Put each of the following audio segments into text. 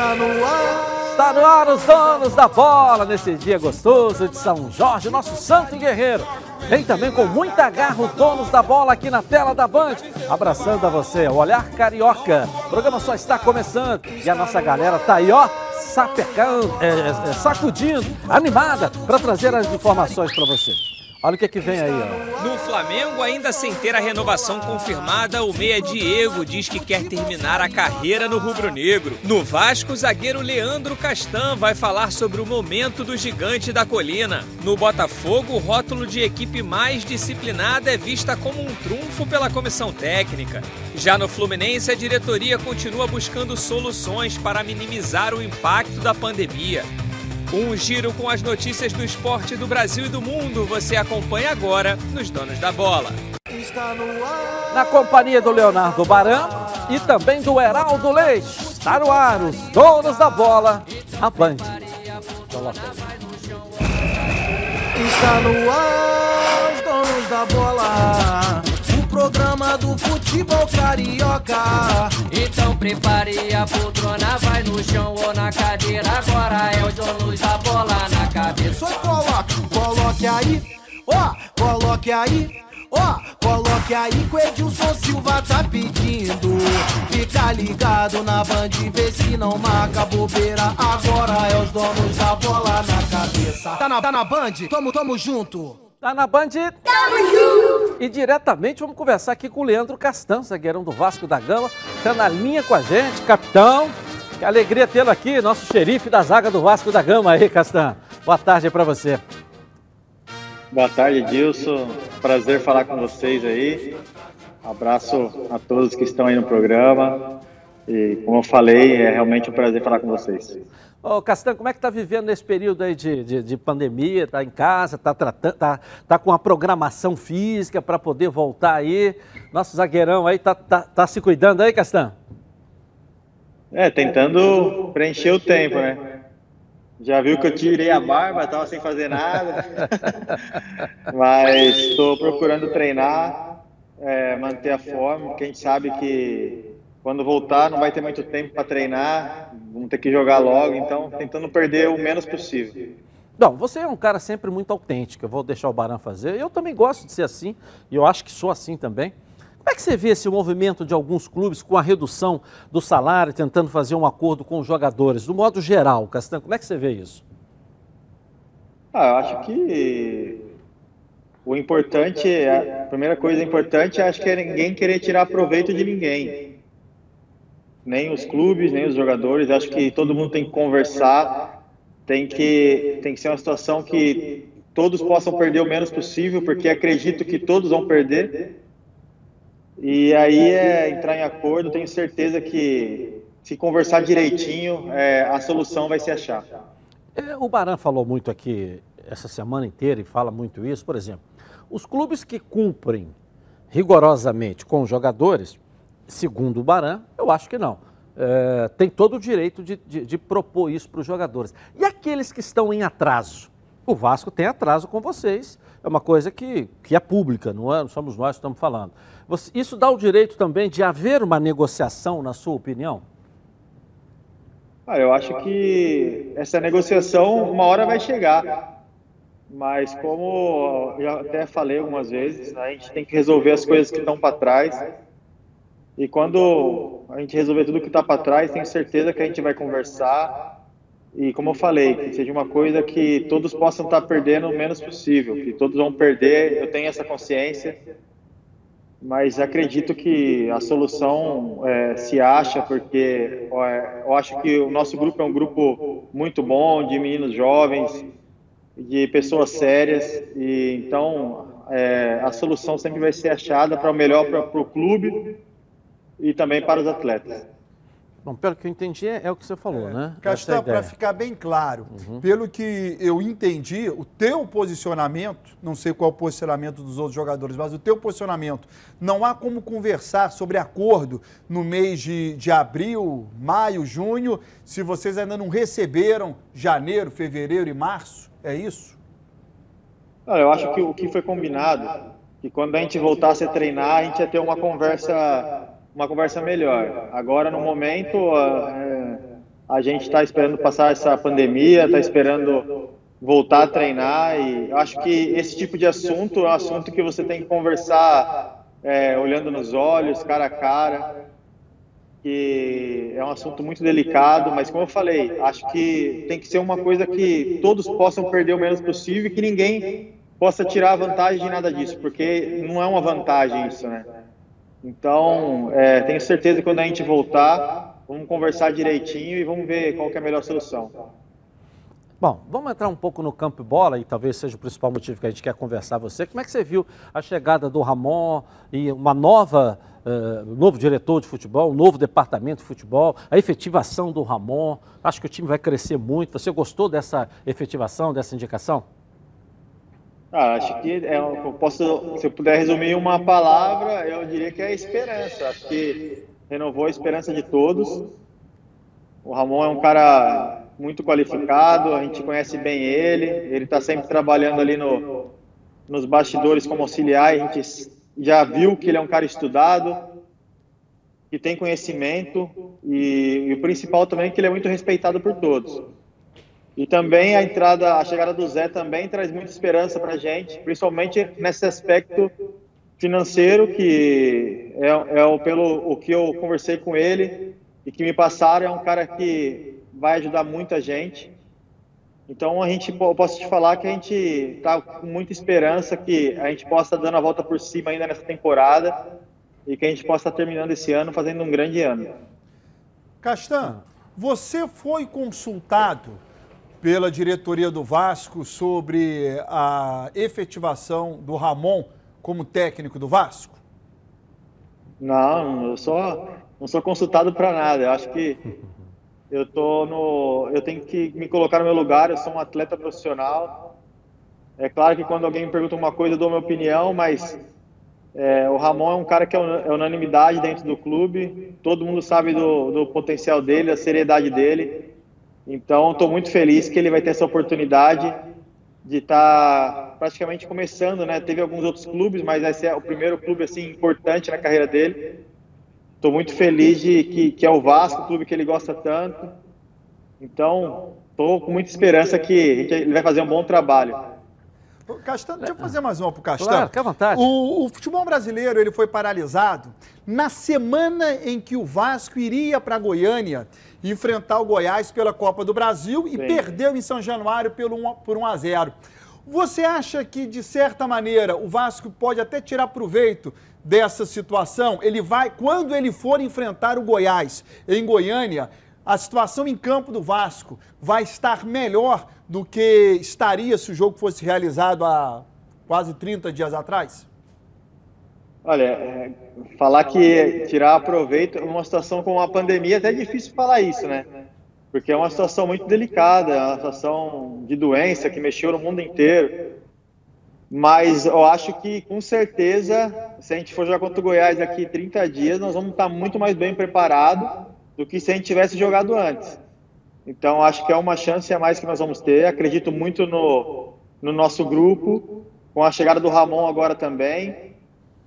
Está no ar. Está no ar os donos da bola nesse dia gostoso de São Jorge, nosso santo e guerreiro. Vem também com muita garra os donos da bola aqui na tela da Band, abraçando a você, o Olhar Carioca. O programa só está começando e a nossa galera tá aí, ó, sapecando, sacudindo, animada para trazer as informações para você. Olha o que vem aí, ó. No Flamengo, ainda sem ter a renovação confirmada, o meia Diego diz que quer terminar a carreira no rubro-negro. No Vasco, o zagueiro Leandro Castan vai falar sobre o momento do gigante da colina. No Botafogo, o rótulo de equipe mais disciplinada é vista como um trunfo pela comissão técnica. Já no Fluminense, a diretoria continua buscando soluções para minimizar o impacto da pandemia. Um giro com as notícias do esporte do Brasil e do mundo você acompanha agora nos Donos da Bola. Na companhia do Leonardo Baran e também do Heraldo Leite, está no ar os Donos da Bola, a Band. Está no ar os Donos da Bola, o programa do futebol carioca. Então prepare a poltrona, vai no chão ou na cadeira. Agora é os Donos da Bola na cabeça. Só coloque aí, ó, coloque aí, ó, coloque aí que o Edilson Silva tá pedindo. Fica ligado na Band, vê se não marca bobeira. Agora é os Donos da Bola na cabeça. Tá na Band? Tamo junto. Tá na Band? Tamo junto! E diretamente vamos conversar aqui com o Leandro Castan, zagueirão do Vasco da Gama. Tá na linha com a gente, capitão. Que alegria tê-lo aqui, nosso xerife da zaga do Vasco da Gama aí, Castan. Boa tarde pra você. Boa tarde, Edilson. Prazer falar com vocês aí. Abraço a todos que estão aí no programa. E como eu falei, é realmente um prazer falar com vocês. Ô, Castan, como é que tá vivendo nesse período aí de pandemia? Tá em casa, tá com a programação física para poder voltar aí? Nosso zagueirão aí tá se cuidando aí, Castan? Tentando preencher o tempo, né? Já viu que eu tirei a barba, tava sem fazer nada. Mas estou procurando treinar, manter a forma, porque a gente sabe que quando voltar não vai ter muito tempo para treinar, vamos ter que jogar logo, então tentando perder o menos possível. Não, você é um cara sempre muito autêntico, eu vou deixar o Baran fazer. Eu também gosto de ser assim, e eu acho que sou assim também. Como é que você vê esse movimento de alguns clubes com a redução do salário, tentando fazer um acordo com os jogadores, do modo geral, Castan? Como é que você vê isso? Eu acho que o importante, a primeira coisa importante, acho que é ninguém querer tirar proveito de ninguém. Nem os clubes, nem os jogadores. Acho que todo mundo tem que conversar, tem que ser uma situação que todos possam perder o menos possível, porque acredito que todos vão perder. E aí entrar em acordo, tenho certeza que se conversar direitinho, a solução vai se achar. O Baran falou muito aqui essa semana inteira e fala muito isso, por exemplo, os clubes que cumprem rigorosamente com os jogadores, segundo o Baran, eu acho que não. Tem todo o direito de propor isso para os jogadores. E aqueles que estão em atraso? O Vasco tem atraso com vocês, é uma coisa que é pública, não somos nós que estamos falando. Isso dá o direito também de haver uma negociação, na sua opinião? Eu acho que essa negociação uma hora vai chegar, mas como eu até falei algumas vezes, a gente tem que resolver as coisas que estão para trás. E quando a gente resolver tudo que está para trás, tenho certeza que a gente vai conversar. E como eu falei, que seja uma coisa que todos possam estar perdendo o menos possível, que todos vão perder, eu tenho essa consciência, mas acredito que a solução se acha, porque eu acho que o nosso grupo é um grupo muito bom, de meninos jovens, de pessoas sérias, e então a solução sempre vai ser achada para o melhor para o clube e também para os atletas. Bom, pelo que eu entendi, é o que você falou, né? Castan, para ficar bem claro, pelo que eu entendi, o teu posicionamento, não sei qual é o posicionamento dos outros jogadores, mas o teu posicionamento, não há como conversar sobre acordo no mês de abril, maio, junho, se vocês ainda não receberam janeiro, fevereiro e março, é isso? Eu acho que o que foi combinado, que quando a gente voltasse a treinar, a gente ia ter uma conversa melhor. Agora, no momento, A gente está esperando passar essa pandemia, está esperando voltar a treinar, e eu acho que esse tipo de assunto é um assunto que você tem que conversar olhando nos olhos, cara a cara, que é um assunto muito delicado, mas como eu falei, acho que tem que ser uma coisa que todos possam perder o menos possível e que ninguém possa tirar vantagem de nada disso, porque não é uma vantagem isso, né? Então, tenho certeza que quando a gente voltar, vamos conversar direitinho e vamos ver qual que é a melhor solução. Bom, vamos entrar um pouco no campo e bola, e talvez seja o principal motivo que a gente quer conversar com você. Como é que você viu a chegada do Ramon e uma novo diretor de futebol, um novo departamento de futebol, a efetivação do Ramon? Acho que o time vai crescer muito. Você gostou dessa efetivação, dessa indicação? Acho que se eu puder resumir em uma palavra, eu diria que é a esperança. Acho que renovou a esperança de todos. O Ramon é um cara muito qualificado, a gente conhece bem ele está sempre trabalhando ali nos bastidores como auxiliar, a gente já viu que ele é um cara estudado, que tem conhecimento e o principal também é que ele é muito respeitado por todos. E também a chegada do Zé também traz muita esperança para a gente, principalmente nesse aspecto financeiro, que pelo o que eu conversei com ele e que me passaram, é um cara que vai ajudar muita gente. Então eu posso te falar que a gente está com muita esperança que a gente possa estar dando a volta por cima ainda nessa temporada e que a gente possa estar terminando esse ano fazendo um grande ano. Castan, você foi consultado pela diretoria do Vasco sobre a efetivação do Ramon como técnico do Vasco? Não, não sou consultado para nada. Eu acho que eu tenho que me colocar no meu lugar. Eu sou um atleta profissional. É claro que quando alguém me pergunta uma coisa eu dou minha opinião, mas o Ramon é um cara que é unanimidade dentro do clube. Todo mundo sabe do potencial dele, da seriedade dele. Então, estou muito feliz que ele vai ter essa oportunidade de estar praticamente começando, né? Teve alguns outros clubes, mas esse é o primeiro clube assim importante na carreira dele. Estou muito feliz que é o Vasco, o clube que ele gosta tanto. Então, estou com muita esperança que ele vai fazer um bom trabalho. Castan, deixa eu fazer mais uma para o Castan. Claro, fica à vontade. O futebol brasileiro ele foi paralisado na semana em que o Vasco iria para Goiânia enfrentar o Goiás pela Copa do Brasil e perdeu em São Januário por 1-0. Você acha que, de certa maneira, o Vasco pode até tirar proveito dessa situação? Quando ele for enfrentar o Goiás em Goiânia, a situação em campo do Vasco vai estar melhor do que estaria se o jogo fosse realizado há quase 30 dias atrás? Olha, falar que tirar proveito numa situação como a pandemia, até é difícil falar isso, né? Porque é uma situação muito delicada, é uma situação de doença que mexeu no mundo inteiro. Mas eu acho que, com certeza, se a gente for jogar contra o Goiás daqui 30 dias, nós vamos estar muito mais bem preparados do que se a gente tivesse jogado antes. Então, acho que é uma chance a mais que nós vamos ter. Acredito muito no nosso grupo, com a chegada do Ramon agora também.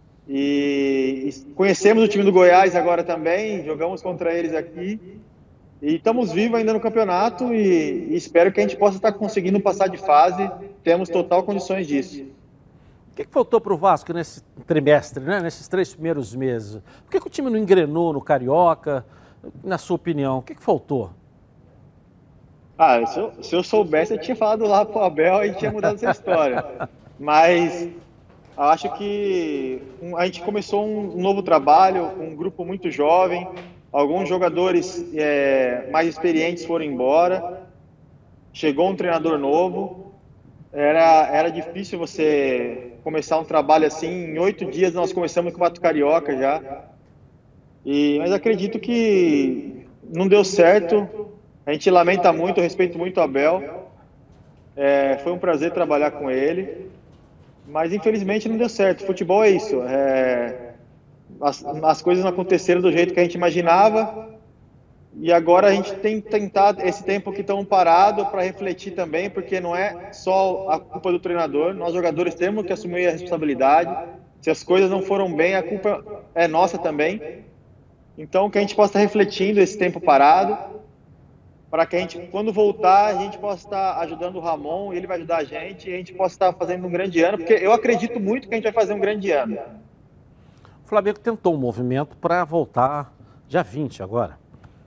E conhecemos o time do Goiás agora também, jogamos contra eles aqui. E estamos vivos ainda no campeonato e espero que a gente possa estar conseguindo passar de fase. Temos total condições disso. O que faltou para o Vasco nesse trimestre, né? Nesses 3 primeiros meses? Por que o time não engrenou no Carioca? Na sua opinião, o que faltou? Se eu soubesse, eu tinha falado lá pro Abel e tinha mudado essa história. Mas acho que a gente começou um novo trabalho, um grupo muito jovem, alguns jogadores mais experientes foram embora, chegou um treinador novo, era difícil você começar um trabalho assim, em 8 dias nós começamos com o Campeonato Carioca já, mas acredito que não deu certo. A gente lamenta muito, eu respeito muito o Abel. Foi um prazer trabalhar com ele, mas infelizmente não deu certo. Futebol é isso. As coisas não aconteceram do jeito que a gente imaginava e agora a gente tem tentado esse tempo que estamos parados para refletir também, porque não é só a culpa do treinador. Nós jogadores temos que assumir a responsabilidade. Se as coisas não foram bem, a culpa é nossa também. Então que a gente possa estar refletindo esse tempo parado para que a gente, quando voltar, a gente possa estar ajudando o Ramon, ele vai ajudar a gente, e a gente possa estar fazendo um grande ano, porque eu acredito muito que a gente vai fazer um grande ano. O Flamengo tentou um movimento para voltar dia 20 agora,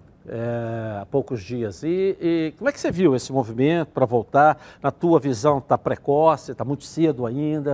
há poucos dias. E como é que você viu esse movimento para voltar? Na tua visão, está precoce, está muito cedo ainda?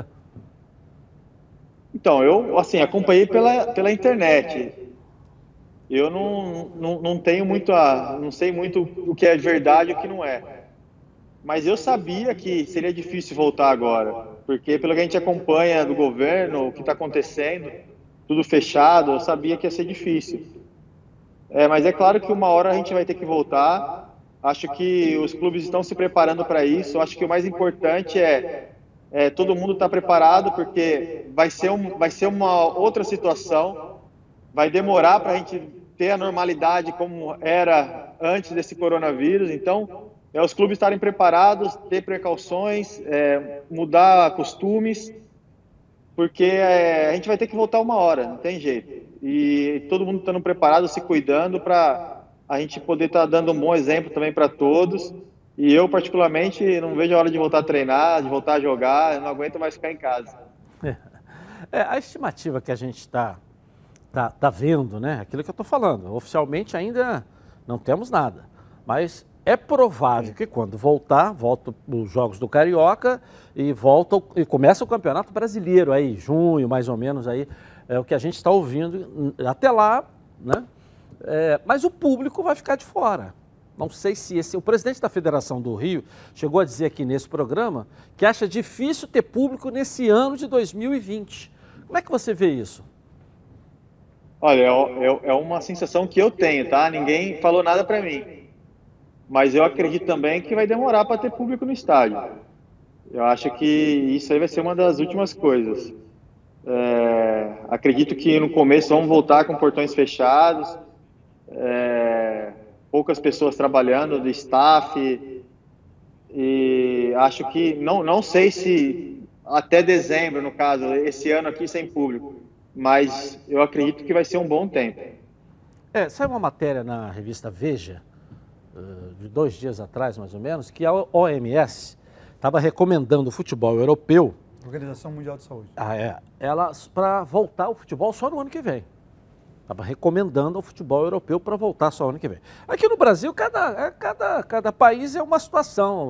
Então, eu assim, acompanhei pela internet. Eu não tenho muito não sei muito o que é verdade e o que não é. Mas eu sabia que seria difícil voltar agora, porque pelo que a gente acompanha do governo, o que está acontecendo, tudo fechado, eu sabia que ia ser difícil. Mas é claro que uma hora a gente vai ter que voltar. Acho que os clubes estão se preparando para isso. Acho que o mais importante é todo mundo estar preparado, porque vai ser uma outra situação. Vai demorar para a gente ter a normalidade como era antes desse coronavírus. Então, os clubes estarem preparados, ter precauções, mudar costumes, porque a gente vai ter que voltar uma hora, não tem jeito. E todo mundo estando preparado, se cuidando, para a gente poder estar dando um bom exemplo também para todos. E eu, particularmente, não vejo a hora de voltar a treinar, de voltar a jogar, eu não aguento mais ficar em casa. A estimativa que a gente está vendo, né? Aquilo que eu estou falando. Oficialmente ainda não temos nada. Mas é provável que quando voltam os Jogos do Carioca e começa o Campeonato Brasileiro aí, junho, mais ou menos aí, é o que a gente está ouvindo até lá, né? Mas o público vai ficar de fora. Não sei se o presidente da Federação do Rio chegou a dizer aqui nesse programa que acha difícil ter público nesse ano de 2020. Como é que você vê isso? Olha, é uma sensação que eu tenho, tá? Ninguém falou nada para mim. Mas eu acredito também que vai demorar para ter público no estádio. Eu acho que isso aí vai ser uma das últimas coisas. Acredito que no começo vamos voltar com portões fechados, poucas pessoas trabalhando, do staff, e acho que, não sei se até dezembro, no caso, esse ano aqui sem público, mas eu acredito que vai ser um bom tempo. Saiu uma matéria na revista Veja, de 2 dias atrás, mais ou menos, que a OMS estava recomendando o futebol europeu. Organização Mundial de Saúde. Para voltar ao futebol só no ano que vem. Estava recomendando o futebol europeu para voltar só no ano que vem. Aqui no Brasil, cada país é uma situação,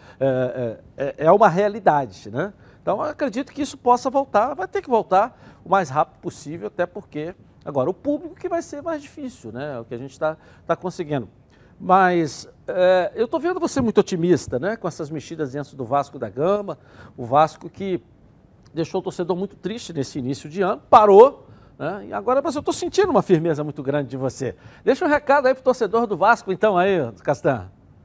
é uma realidade, né? Então, eu acredito que isso possa voltar, vai ter que voltar o mais rápido possível, até porque, agora, o público que vai ser mais difícil, né? O que a gente está conseguindo. Mas eu estou vendo você muito otimista, né? Com essas mexidas dentro do Vasco da Gama, o Vasco que deixou o torcedor muito triste nesse início de ano, parou, né? E agora, mas eu estou sentindo uma firmeza muito grande de você. Deixa um recado aí para o torcedor do Vasco, então, aí, Castan.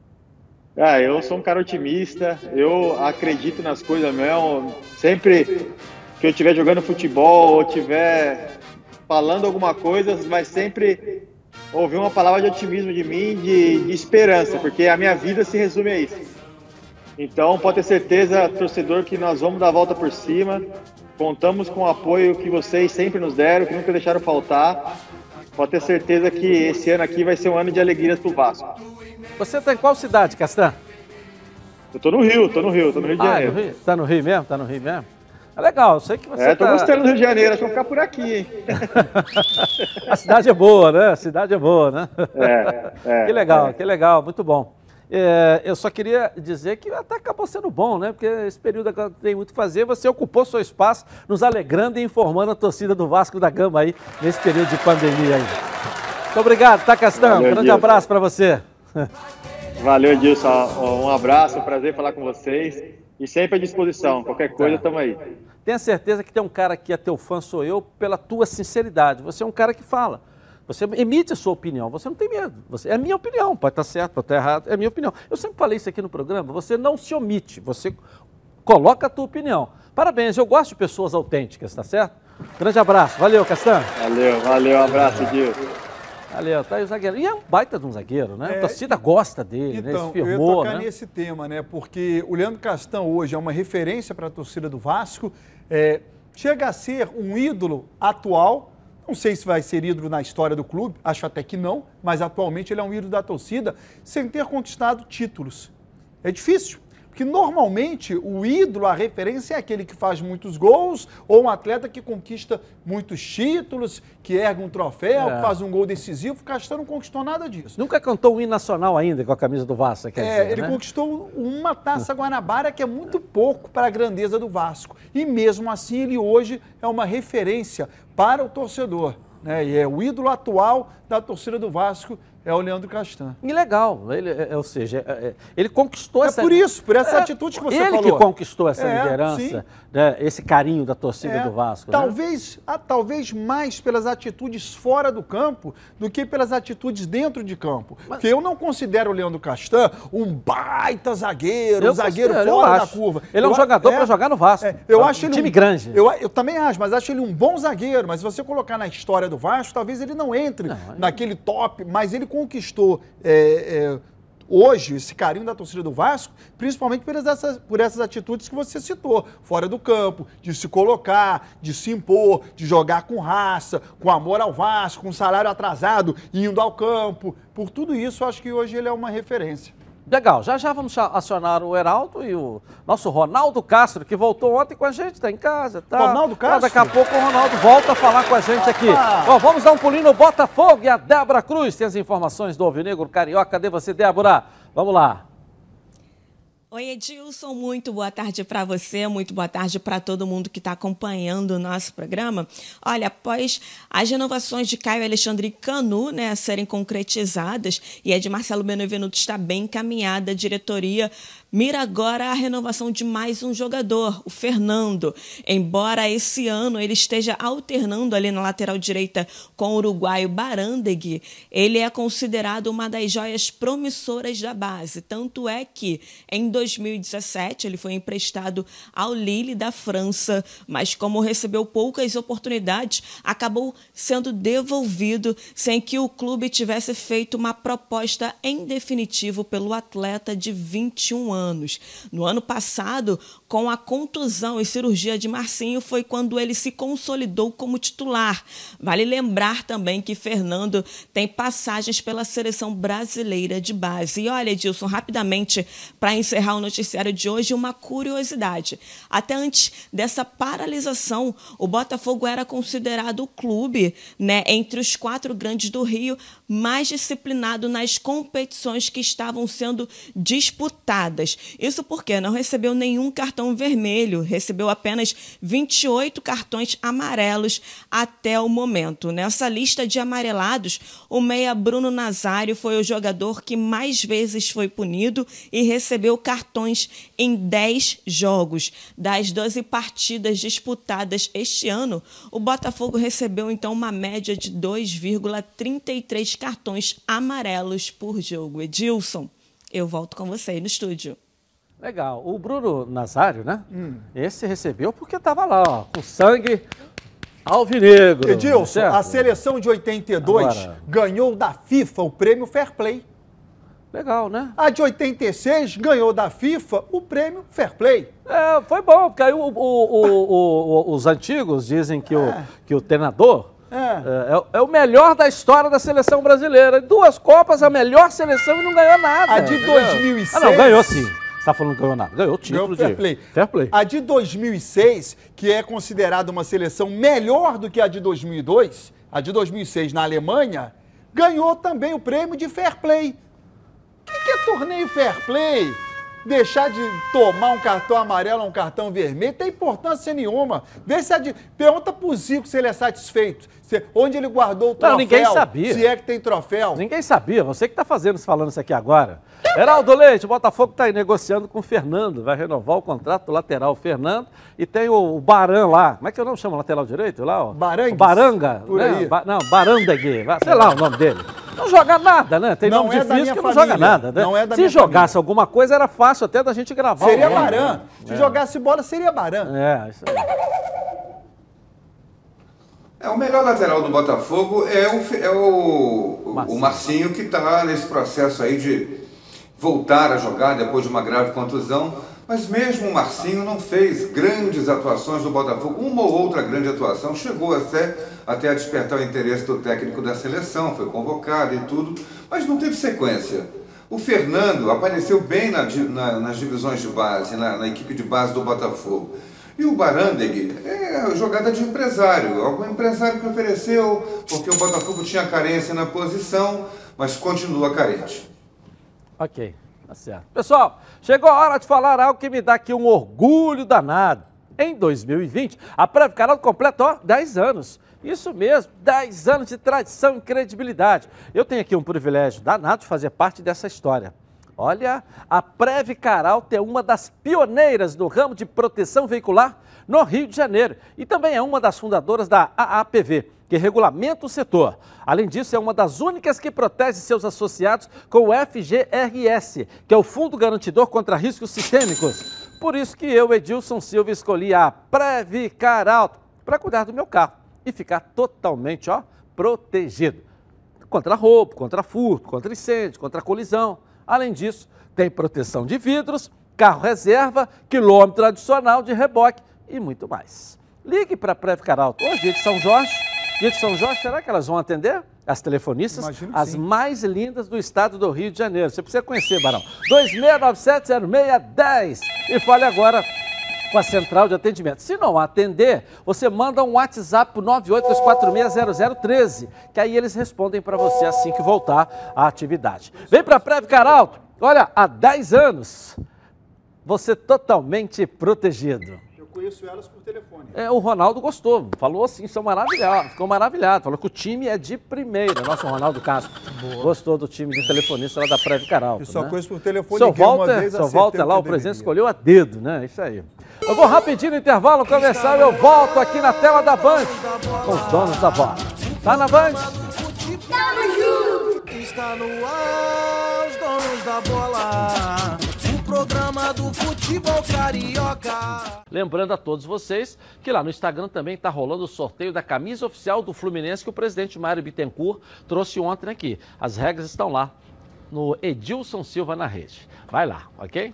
Eu sou um cara otimista, eu acredito nas coisas mesmo. Sempre que eu estiver jogando futebol ou estiver falando alguma coisa, vai sempre ouvir uma palavra de otimismo de mim, de esperança, porque a minha vida se resume a isso. Então, pode ter certeza, torcedor, que nós vamos dar a volta por cima. Contamos com o apoio que vocês sempre nos deram, que nunca deixaram faltar. Pode ter certeza que esse ano aqui vai ser um ano de alegrias pro Vasco. Você está em qual cidade, Castan? Eu tô no Rio de Janeiro. No Rio? Tá no Rio mesmo? É legal, eu sei que você tô gostando do Rio de Janeiro, acho que vou ficar por aqui, hein? A cidade é boa, né? Que legal, muito bom. Eu só queria dizer que até acabou sendo bom, né? Porque esse período agora tem muito o que fazer, você ocupou seu espaço, nos alegrando e informando a torcida do Vasco da Gama aí, nesse período de pandemia aí. Muito obrigado, tá, Castan? Um grande abraço para você. Valeu, Edilson. Um abraço, um prazer falar com vocês. E sempre à disposição. Qualquer coisa, estamos aí. Tenha certeza que tem um cara que é teu fã, sou eu, pela tua sinceridade. Você é um cara que fala. Você emite a sua opinião. Você não tem medo. É a minha opinião. Pode estar certo, pode estar errado. É a minha opinião. Eu sempre falei isso aqui no programa. Você não se omite. Você coloca a tua opinião. Parabéns. Eu gosto de pessoas autênticas, tá certo? Grande abraço. Valeu, Castan. Valeu. Um abraço, Edilson. Valeu, tá aí o zagueiro. E é um baita de um zagueiro, né? A torcida gosta dele, então, né? Se firmou, eu ia tocar né? nesse tema, né? Porque o Leandro Castan hoje é uma referência para a torcida do Vasco. Chega a ser um ídolo atual, Não sei se vai ser ídolo na história do clube, acho até que não, mas atualmente ele é um ídolo da torcida sem ter conquistado títulos. É difícil, porque normalmente o ídolo, a referência é aquele que faz muitos gols ou um atleta que conquista muitos títulos, que ergue um troféu, que faz um gol decisivo. O Castan não conquistou nada disso. Nunca cantou o hino nacional ainda com a camisa do Vasco, quer dizer, ele conquistou uma Taça Guanabara, que é muito pouco para a grandeza do Vasco. E mesmo assim ele hoje é uma referência para o torcedor, né? E é o ídolo atual da torcida do Vasco, é o Leandro Castan. E legal, ou seja, ele conquistou essa... por essa atitude que você falou. Ele que conquistou essa liderança, né, esse carinho da torcida do Vasco. Talvez, né? Talvez mais pelas atitudes fora do campo do que pelas atitudes dentro de campo. Porque eu não considero o Leandro Castan um baita zagueiro, um zagueiro fora da curva. Ele é um jogador para jogar no Vasco. Eu acho ele time grande. Eu também acho, mas acho ele um bom zagueiro. Mas se você colocar na história do Vasco, talvez ele não entre naquele top, mas ele conquistou hoje esse carinho da torcida do Vasco, principalmente por essas atitudes que você citou, fora do campo, de se colocar, de se impor, de jogar com raça, com amor ao Vasco, com salário atrasado, indo ao campo. Por tudo isso, eu acho que hoje ele é uma referência. Legal, já vamos acionar o Heraldo e o nosso Ronaldo Castro, que voltou ontem com a gente, está em casa. Tá? Ronaldo Castro? Daqui a pouco o Ronaldo volta a falar com a gente aqui. Ó, vamos dar um pulinho no Botafogo e a Débora Cruz tem as informações do Alvinegro Carioca. Cadê você, Débora? Vamos lá. Oi, Edilson, muito boa tarde para você, muito boa tarde para todo mundo que está acompanhando o nosso programa. Olha, após as renovações de Caio Alexandre e Canu, né, serem concretizadas, e a de Marcelo Benevenuto está bem encaminhada, a diretoria mira agora a renovação de mais um jogador, o Fernando. Embora esse ano ele esteja alternando ali na lateral direita com o uruguaio Barandegui, ele é considerado uma das joias promissoras da base. Tanto é que, em 2017, ele foi emprestado ao Lille da França, mas como recebeu poucas oportunidades, acabou sendo devolvido sem que o clube tivesse feito uma proposta em definitivo pelo atleta de 21 anos. No ano passado, com a contusão e cirurgia de Marcinho, foi quando ele se consolidou como titular. Vale lembrar também que Fernando tem passagens pela seleção brasileira de base. E olha, Edilson, rapidamente, para encerrar o noticiário de hoje, uma curiosidade. Até antes dessa paralisação, o Botafogo era considerado o clube, né, entre os 4 grandes do Rio, mais disciplinado nas competições que estavam sendo disputadas. Isso porque não recebeu nenhum cartão vermelho, recebeu apenas 28 cartões amarelos até o momento. Nessa lista de amarelados, o meia Bruno Nazário foi o jogador que mais vezes foi punido e recebeu cartões em 10 jogos. Das 12 partidas disputadas este ano, o Botafogo recebeu então uma média de 2,33 cartões amarelos por jogo. Edilson, eu volto com você aí no estúdio. Legal. O Bruno Nazário, né? Esse recebeu porque estava lá, ó, com sangue alvinegro. Edilson, certo? A seleção de 82 ganhou da FIFA o prêmio Fair Play. Legal, né? A de 86 ganhou da FIFA o prêmio Fair Play. Foi bom, porque aí os antigos dizem que o treinador é o melhor da história da seleção brasileira. 2 Copas, a melhor seleção e não ganhou nada. A de 2006... Ah, não, ganhou sim. Você está falando que ganhou nada. Ganhou o título de Fair Play. A de 2006, que é considerada uma seleção melhor do que a de 2002, a de 2006 na Alemanha, ganhou também o prêmio de Fair Play. O que é torneio Fair Play? Deixar de tomar um cartão amarelo ou um cartão vermelho tem importância nenhuma. Vê se pergunta pro Zico se ele é satisfeito. Onde ele guardou o troféu. Não, ninguém sabia. Se é que tem troféu. Ninguém sabia. Você que está falando isso aqui agora. Heraldo Leite, o Botafogo está aí negociando com o Fernando. Vai renovar o contrato do lateral Fernando. E tem o Baran lá. Como é que eu não chamo o lateral direito lá? Ó? Barangues. O Baranga. Por aí. Não, Barandegui. Sei lá o nome dele. Não joga nada, né? Tem nome difícil que não joga nada, né? Não é da Se jogasse alguma coisa, era fácil até da gente gravar. Seria Baran. Se jogasse bola, seria Baran. Isso aí. O melhor lateral do Botafogo é o Marcinho, que está nesse processo aí de voltar a jogar depois de uma grave contusão. Mas mesmo o Marcinho não fez grandes atuações no Botafogo. Uma ou outra grande atuação chegou até a despertar o interesse do técnico da seleção, foi convocado e tudo, mas não teve sequência. O Fernando apareceu bem nas divisões de base, na equipe de base do Botafogo. E o Barandeg é jogada de empresário, algum empresário que ofereceu, porque o Botafogo tinha carência na posição, mas continua carente. Ok, tá certo. Pessoal, chegou a hora de falar algo que me dá aqui um orgulho danado. Em 2020, a Preve Caralto completa 10 anos. Isso mesmo, 10 anos de tradição e credibilidade. Eu tenho aqui um privilégio danado de fazer parte dessa história. Olha, a Preve Caralto é uma das pioneiras no ramo de proteção veicular no Rio de Janeiro e também é uma das fundadoras da AAPV, que regulamenta o setor. Além disso, é uma das únicas que protege seus associados com o FGRS, que é o Fundo Garantidor contra Riscos Sistêmicos. Por isso que eu, Edilson Silva, escolhi a Preve Caralto para cuidar do meu carro e ficar totalmente protegido. Contra roubo, contra furto, contra incêndio, contra colisão. Além disso, tem proteção de vidros, carro reserva, quilômetro adicional de reboque e muito mais. Ligue para a Preve Caralto. Hoje, dia de São Jorge. Dia de São Jorge, será que elas vão atender? As telefonistas, as mais lindas do estado do Rio de Janeiro. Você precisa conhecer, Barão. 2697-0610. E fale agora com a central de atendimento. Se não atender, você manda um WhatsApp para o 982460013, que aí eles respondem para você assim que voltar à atividade. Vem para a Preve Caralto. Olha, há 10 anos, você totalmente protegido. Eu conheço elas por telefone. O Ronaldo gostou, falou assim, são maravilhados, ficou maravilhado, falou que o time é de primeira, nosso Ronaldo Castro. Gostou do time de telefonista lá da Preve Caralto. Eu só conheço por telefone. Seu Walter lá, o presidente escolheu a dedo, né? Isso aí. Eu vou rapidinho no intervalo comercial e eu volto aqui na tela da Band com os donos da bola. Tá na Band? Está no ar, os donos da bola. O programa do futebol carioca. Lembrando a todos vocês que lá no Instagram também está rolando o sorteio da camisa oficial do Fluminense que o presidente Mário Bittencourt trouxe ontem aqui. As regras estão lá no Edilson Silva na rede. Vai lá, ok?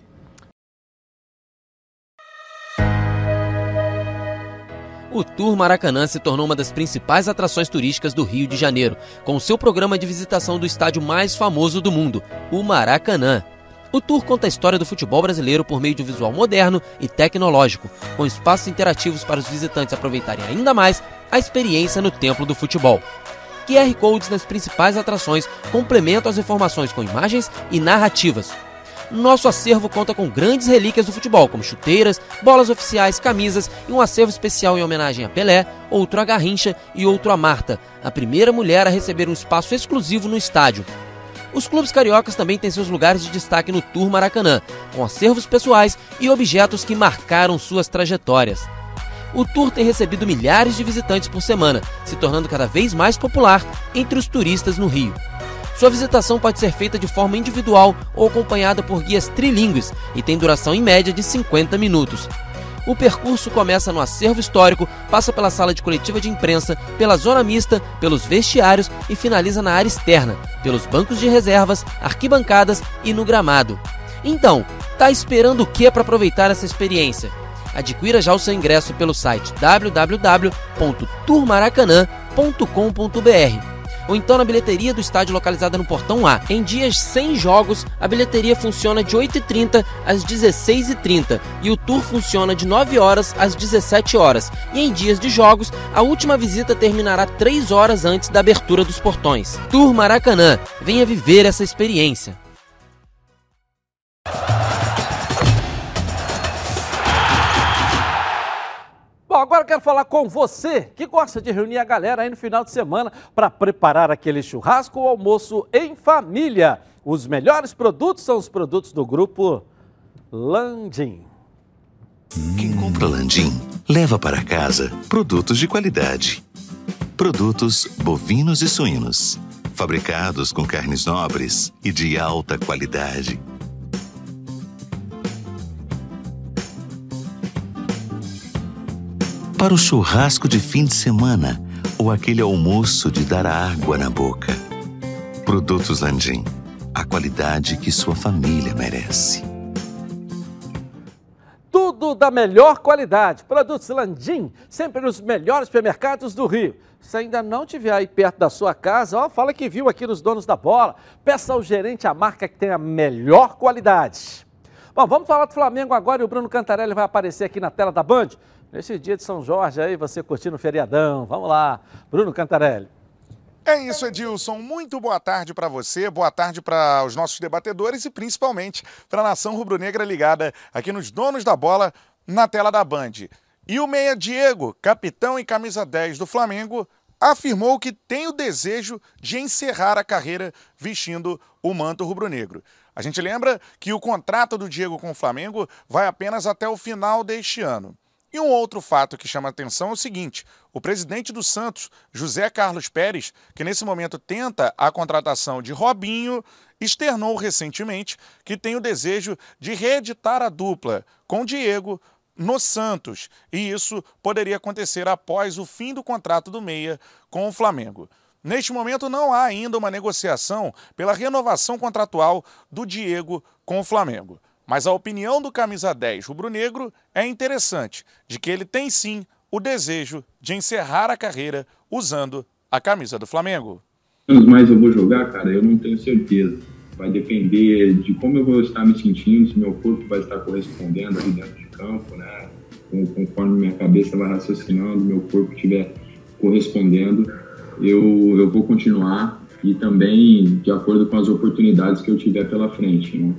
O Tour Maracanã se tornou uma das principais atrações turísticas do Rio de Janeiro, com seu programa de visitação do estádio mais famoso do mundo, o Maracanã. O tour conta a história do futebol brasileiro por meio de um visual moderno e tecnológico, com espaços interativos para os visitantes aproveitarem ainda mais a experiência no templo do futebol. QR Codes nas principais atrações complementam as informações com imagens e narrativas. Nosso acervo conta com grandes relíquias do futebol, como chuteiras, bolas oficiais, camisas e um acervo especial em homenagem a Pelé, outro a Garrincha e outro a Marta, a primeira mulher a receber um espaço exclusivo no estádio. Os clubes cariocas também têm seus lugares de destaque no Tour Maracanã, com acervos pessoais e objetos que marcaram suas trajetórias. O Tour tem recebido milhares de visitantes por semana, se tornando cada vez mais popular entre os turistas no Rio. Sua visitação pode ser feita de forma individual ou acompanhada por guias trilingües e tem duração em média de 50 minutos. O percurso começa no acervo histórico, passa pela sala de coletiva de imprensa, pela zona mista, pelos vestiários e finaliza na área externa, pelos bancos de reservas, arquibancadas e no gramado. Então, tá esperando o que para aproveitar essa experiência? Adquira já o seu ingresso pelo site www.tourmaracanã.com.br ou então na bilheteria do estádio localizada no Portão A. Em dias sem jogos, a bilheteria funciona de 8h30 às 16h30 e o tour funciona de 9 horas às 17 horas. E em dias de jogos, a última visita terminará 3 horas antes da abertura dos portões. Tour Maracanã, venha viver essa experiência. Bom, agora eu quero falar com você que gosta de reunir a galera aí no final de semana para preparar aquele churrasco ou almoço em família. Os melhores produtos são os produtos do grupo Landim. Quem compra Landim leva para casa produtos de qualidade. Produtos bovinos e suínos, fabricados com carnes nobres e de alta qualidade. Para o churrasco de fim de semana ou aquele almoço de dar água na boca. Produtos Landim, a qualidade que sua família merece. da melhor qualidade. Produtos Landim, sempre nos melhores supermercados do Rio. Se ainda não estiver aí perto da sua casa, ó, fala que viu aqui nos Donos da Bola. Peça ao gerente a marca que tem a melhor qualidade. Bom, vamos falar do Flamengo agora e o Bruno Cantarelli vai aparecer aqui na tela da Band. Nesse dia de São Jorge aí, você curtindo o feriadão. Vamos lá, Bruno Cantarelli. É isso, Edilson. Muito boa tarde para você, boa tarde para os nossos debatedores e principalmente para a nação rubro-negra ligada aqui nos Donos da Bola na tela da Band. E o meia Diego, capitão e camisa 10 do Flamengo, afirmou que tem o desejo de encerrar a carreira vestindo o manto rubro-negro. A gente lembra que o contrato do Diego com o Flamengo vai apenas até o final deste ano. E um outro fato que chama a atenção é o seguinte: o presidente do Santos, José Carlos Pérez, que nesse momento tenta a contratação de Robinho, externou recentemente que tem o desejo de reeditar a dupla com Diego no Santos. E isso poderia acontecer após o fim do contrato do meia com o Flamengo. Neste momento não há ainda uma negociação pela renovação contratual do Diego com o Flamengo. Mas a opinião do camisa 10 rubro-negro é interessante, de que ele tem sim o desejo de encerrar a carreira usando a camisa do Flamengo. Quantos mais eu vou jogar, cara, eu não tenho certeza. Vai depender de como eu vou estar me sentindo, se meu corpo vai estar correspondendo ali dentro de campo, né? Conforme minha cabeça vai raciocinando, meu corpo estiver correspondendo, eu vou continuar e também de acordo com as oportunidades que eu tiver pela frente, né?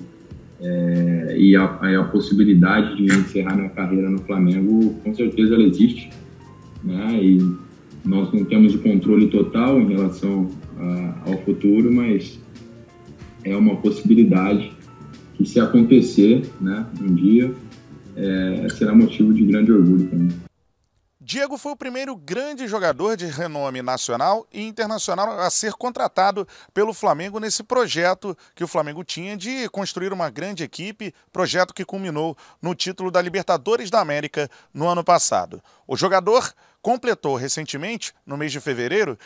E a possibilidade de encerrar minha carreira no Flamengo, com certeza ela existe, né? E nós não temos o controle total em relação ao futuro, mas é uma possibilidade que, se acontecer, né, um dia, será motivo de grande orgulho para mim. Diego foi o primeiro grande jogador de renome nacional e internacional a ser contratado pelo Flamengo nesse projeto que o Flamengo tinha de construir uma grande equipe, projeto que culminou no título da Libertadores da América no ano passado. O jogador completou recentemente, no mês de fevereiro,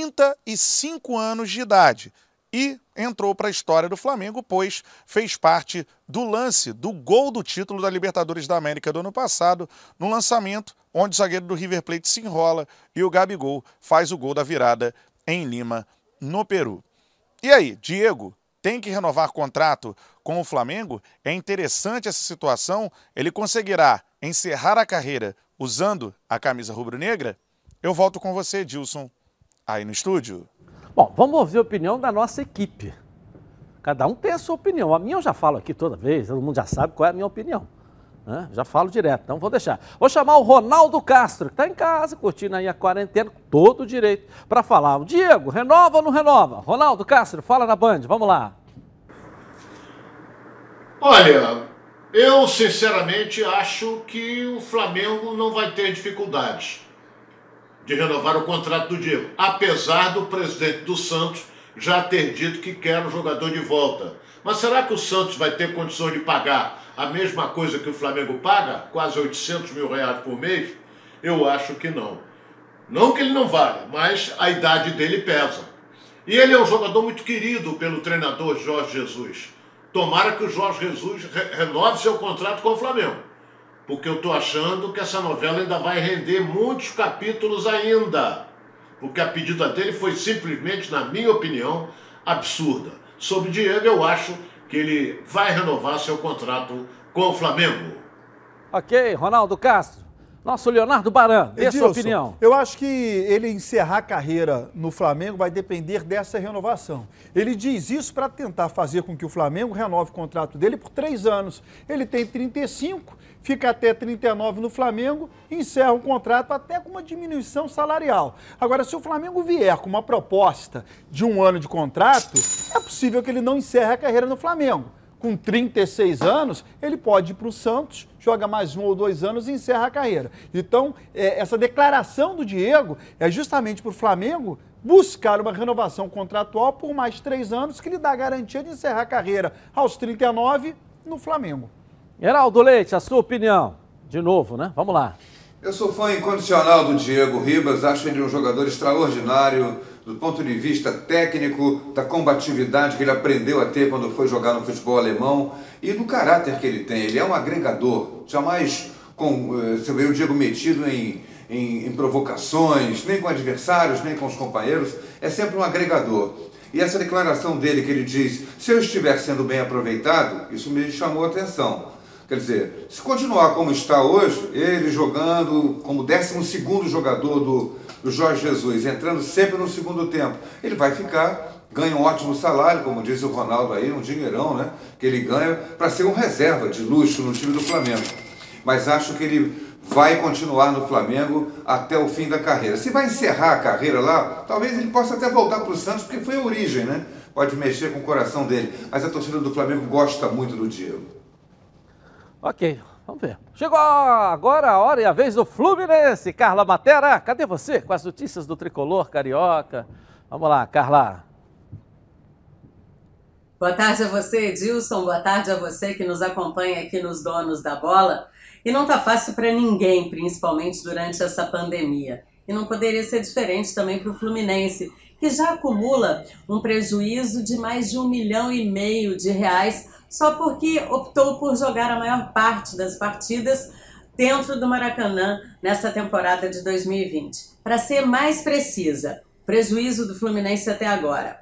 35 anos de idade e entrou para a história do Flamengo, pois fez parte do lance do gol do título da Libertadores da América do ano passado, no lançamento onde o zagueiro do River Plate se enrola e o Gabigol faz o gol da virada em Lima, no Peru. E aí, Diego tem que renovar contrato com o Flamengo? É interessante essa situação? Ele conseguirá encerrar a carreira usando a camisa rubro-negra? Eu volto com você, Edilson, aí no estúdio. Bom, vamos ouvir a opinião da nossa equipe. Cada um tem a sua opinião. A minha eu já falo aqui toda vez, todo mundo já sabe qual é a minha opinião. Já falo direto, então vou deixar. Vou chamar o Ronaldo Castro, que está em casa, curtindo aí a quarentena, todo o direito, para falar. O Diego, renova ou não renova? Ronaldo Castro, fala na Band, vamos lá. Olha, eu sinceramente acho que o Flamengo não vai ter dificuldades de renovar o contrato do Diego, apesar do presidente do Santos já ter dito que quer o jogador de volta. Mas será que o Santos vai ter condições de pagar a mesma coisa que o Flamengo paga? Quase 800 mil reais por mês? Eu acho que não. Não que ele não valha, mas a idade dele pesa. E ele é um jogador muito querido pelo treinador Jorge Jesus. Tomara que o Jorge Jesus renove seu contrato com o Flamengo, porque eu estou achando que essa novela ainda vai render muitos capítulos ainda. Porque a pedida dele foi simplesmente, na minha opinião, absurda. Sobre o Diego, eu acho que ele vai renovar seu contrato com o Flamengo. Ok, Ronaldo Castro. Nosso Leonardo Baran, dê sua opinião. Eu acho que ele encerrar a carreira no Flamengo vai depender dessa renovação. Ele diz isso para tentar fazer com que o Flamengo renove o contrato dele por 3 anos. Ele tem 35, fica até 39 no Flamengo, encerra o contrato até com uma diminuição salarial. Agora, se o Flamengo vier com uma proposta de 1 ano de contrato, é possível que ele não encerre a carreira no Flamengo. Com 36 anos, ele pode ir para o Santos, joga mais 1 ou 2 anos e encerra a carreira. Então, essa declaração do Diego é justamente para o Flamengo buscar uma renovação contratual por mais 3 anos, que lhe dá a garantia de encerrar a carreira aos 39 no Flamengo. Geraldo Leite, a sua opinião. De novo, né? Vamos lá. Eu sou fã incondicional do Diego Ribas, acho ele um jogador extraordinário do ponto de vista técnico, da combatividade que ele aprendeu a ter quando foi jogar no futebol alemão e do caráter que ele tem. Ele é um agregador, jamais você vê o Diego metido em provocações, nem com adversários, nem com os companheiros, é sempre um agregador. E essa declaração dele que ele diz, se eu estiver sendo bem aproveitado, isso me chamou a atenção. Quer dizer, se continuar como está hoje, ele jogando como 12º jogador do Jorge Jesus, entrando sempre no segundo tempo, ele vai ficar, ganha um ótimo salário, como diz o Ronaldo aí, um dinheirão, né? Que ele ganha para ser um reserva de luxo no time do Flamengo. Mas acho que ele vai continuar no Flamengo até o fim da carreira. Se vai encerrar a carreira lá, talvez ele possa até voltar para o Santos, porque foi a origem, né? Pode mexer com o coração dele. Mas a torcida do Flamengo gosta muito do Diego. Ok, vamos ver. Chegou agora a hora e a vez do Fluminense. Carla Matera, cadê você com as notícias do Tricolor Carioca? Vamos lá, Carla. Boa tarde a você, Edilson. Boa tarde a você que nos acompanha aqui nos Donos da Bola. E não tá fácil para ninguém, principalmente durante essa pandemia. E não poderia ser diferente também para o Fluminense, que já acumula um prejuízo de mais de R$1,5 milhão só porque optou por jogar a maior parte das partidas dentro do Maracanã nessa temporada de 2020. Para ser mais precisa, prejuízo do Fluminense até agora,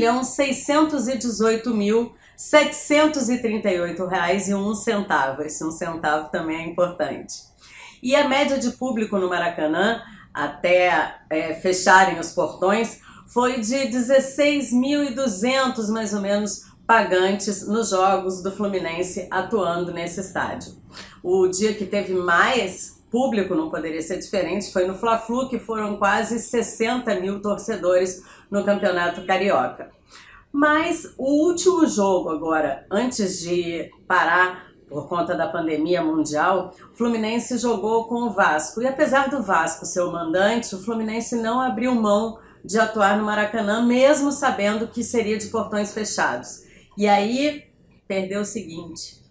R$1.618.738,01. Esse 1 centavo também é importante. E a média de público no Maracanã, até fecharem os portões, foi de 16.200, mais ou menos, pagantes nos jogos do Fluminense atuando nesse estádio. O dia que teve mais público, não poderia ser diferente, foi no Fla-Flu, que foram quase 60 mil torcedores no Campeonato Carioca. Mas o último jogo agora, antes de parar por conta da pandemia mundial, o Fluminense jogou com o Vasco. E apesar do Vasco ser o mandante, o Fluminense não abriu mão de atuar no Maracanã, mesmo sabendo que seria de portões fechados. E aí, perdeu o seguinte,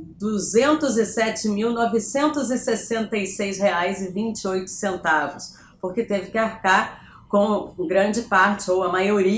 R$207.966,28, porque teve que arcar com grande parte, ou a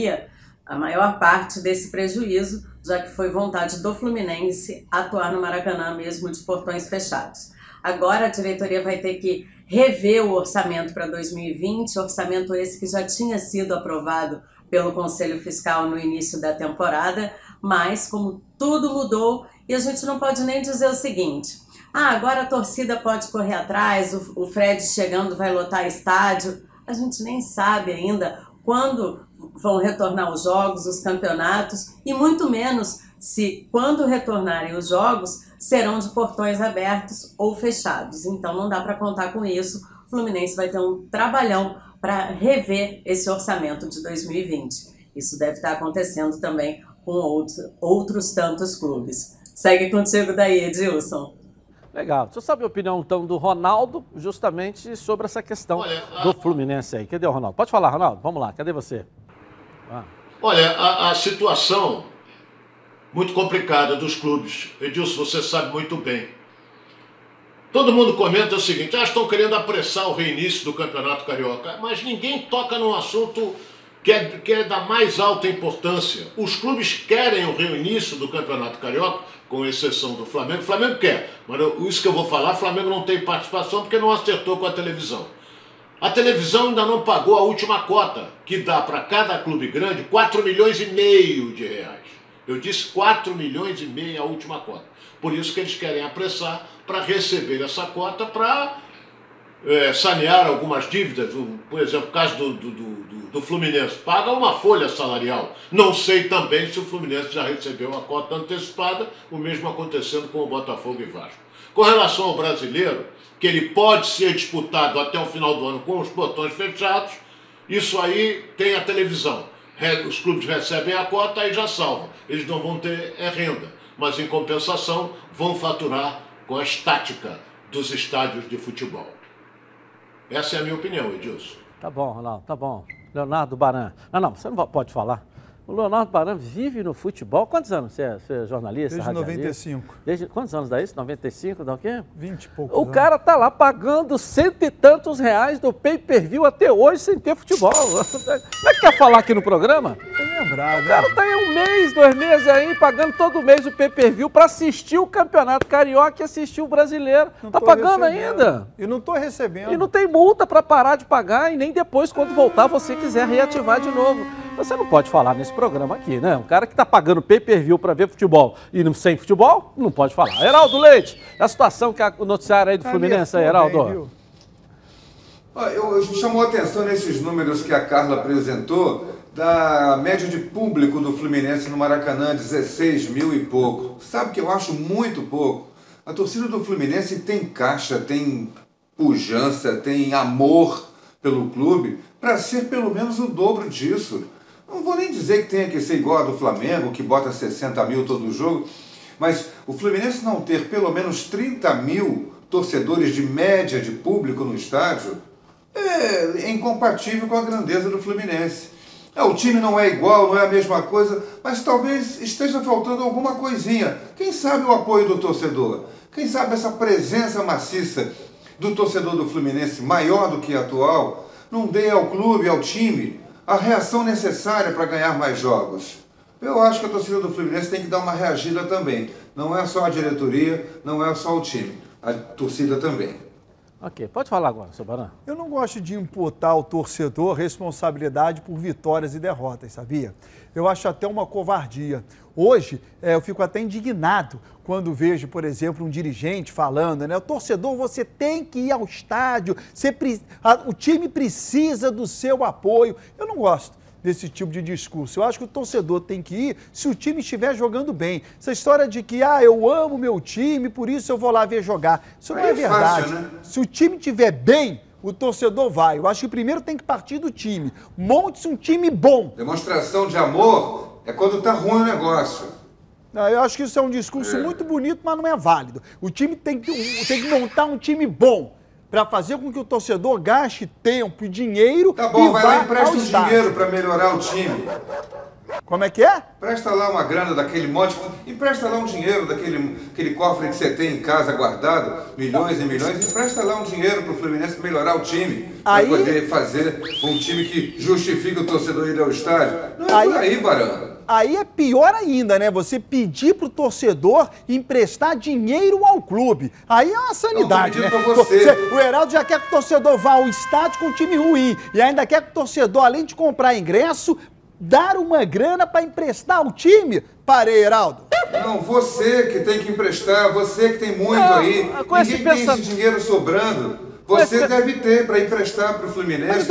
maior parte desse prejuízo, já que foi vontade do Fluminense atuar no Maracanã mesmo de portões fechados. Agora a diretoria vai ter que rever o orçamento para 2020, orçamento esse que já tinha sido aprovado pelo Conselho Fiscal no início da temporada, mas como tudo mudou, e a gente não pode nem dizer o seguinte, agora a torcida pode correr atrás, o Fred chegando vai lotar estádio, a gente nem sabe ainda quando vão retornar os jogos, os campeonatos, e muito menos se quando retornarem os jogos serão de portões abertos ou fechados. Então não dá para contar com isso, o Fluminense vai ter um trabalhão para rever esse orçamento de 2020. Isso deve estar acontecendo também com outros tantos clubes. Segue contigo daí, Edilson. Legal. Você sabe a opinião, então, do Ronaldo, justamente sobre essa questão do Fluminense aí. Cadê o Ronaldo? Pode falar, Ronaldo. Vamos lá. Cadê você? Olha, a situação muito complicada dos clubes, Edilson, você sabe muito bem. Todo mundo comenta o seguinte, estão querendo apressar o reinício do Campeonato Carioca, mas ninguém toca num assunto que é da mais alta importância. Os clubes querem o reinício do Campeonato Carioca, com exceção do Flamengo. O Flamengo quer, mas isso que eu vou falar, o Flamengo não tem participação porque não acertou com a televisão. A televisão ainda não pagou a última cota, que dá para cada clube grande R$4,5 milhões. Eu disse R$4,5 milhões a última cota. Por isso que eles querem apressar para receber essa cota para sanear algumas dívidas. Por exemplo, o caso do Fluminense paga uma folha salarial. Não sei também se o Fluminense já recebeu a cota antecipada, o mesmo acontecendo com o Botafogo e Vasco. Com relação ao brasileiro, que ele pode ser disputado até o final do ano com os portões fechados, isso aí tem a televisão. Os clubes recebem a cota e já salvam. Eles não vão ter renda, mas em compensação vão faturar com a estática dos estádios de futebol. Essa é a minha opinião, Edilson. Tá bom, Ronaldo, tá bom. Leonardo Baran. Não, você não pode falar. O Leonardo Baran vive no futebol. Quantos anos você é jornalista? Desde 95. Quantos anos dá isso? 95? Dá o quê? 20 e poucos. O cara tá lá pagando cento e tantos reais do pay-per-view até hoje sem ter futebol. Como é que quer falar aqui no programa? Lembrado, o cara tá aí 1 mês, 2 meses aí, pagando todo mês o pay-per-view para assistir o Campeonato Carioca e assistir o Brasileiro. Tá pagando ainda. E não tô recebendo. E não tem multa para parar de pagar e nem depois, quando voltar, você quiser reativar de novo. Você não pode falar nesse programa aqui, né? Um cara que está pagando pay-per-view para ver futebol e sem futebol, não pode falar. Heraldo Leite, a situação que o noticiário aí do Fluminense, Heraldo. Chamou a atenção nesses números que a Carla apresentou, da média de público do Fluminense no Maracanã, 16 mil e pouco. Sabe que eu acho muito pouco? A torcida do Fluminense tem caixa, tem pujança, tem amor pelo clube, para ser pelo menos o dobro disso. Não vou nem dizer que tenha que ser igual a do Flamengo, que bota 60 mil todo jogo, mas o Fluminense não ter pelo menos 30 mil torcedores de média de público no estádio é incompatível com a grandeza do Fluminense. O time não é igual, não é a mesma coisa, mas talvez esteja faltando alguma coisinha. Quem sabe o apoio do torcedor? Quem sabe essa presença maciça do torcedor do Fluminense, maior do que a atual, não dê ao clube, ao time, a reação necessária para ganhar mais jogos. Eu acho que a torcida do Fluminense tem que dar uma reagida também. Não é só a diretoria, não é só o time, a torcida também. Ok, pode falar agora, seu Baran. Eu não gosto de imputar ao torcedor responsabilidade por vitórias e derrotas, sabia? Eu acho até uma covardia. Hoje, eu fico até indignado quando vejo, por exemplo, um dirigente falando, né? O torcedor, você tem que ir ao estádio, o time precisa do seu apoio. Eu não gosto desse tipo de discurso. Eu acho que o torcedor tem que ir se o time estiver jogando bem. Essa história de que, eu amo meu time, por isso eu vou lá ver jogar. Isso não é verdade. Fácil, né? Se o time estiver bem, o torcedor vai. Eu acho que primeiro tem que partir do time. Monte-se um time bom. Demonstração de amor é quando tá ruim o negócio. Eu acho que isso é um discurso muito bonito, mas não é válido. O time tem que montar um time bom para fazer com que o torcedor gaste tempo e dinheiro. Tá bom, vai lá e empresta um dinheiro para melhorar o time. Como é que é? Presta lá uma grana daquele monte, empresta lá um dinheiro daquele cofre que você tem em casa guardado, milhões e milhões, empresta lá um dinheiro para o Fluminense melhorar o time, para poder fazer um time que justifique o torcedor ir ao estádio. Não é por aí, Barão. Aí é pior ainda, né? Você pedir pro torcedor emprestar dinheiro ao clube. Aí é uma sanidade, né? O Heraldo já quer que o torcedor vá ao estádio com um time ruim. E ainda quer que o torcedor, além de comprar ingresso, dar uma grana para emprestar ao time. Parei, Heraldo. Não, você que tem que emprestar, você que tem muito aí. Ninguém tem esse dinheiro sobrando. Você deve ter para emprestar para o Fluminense.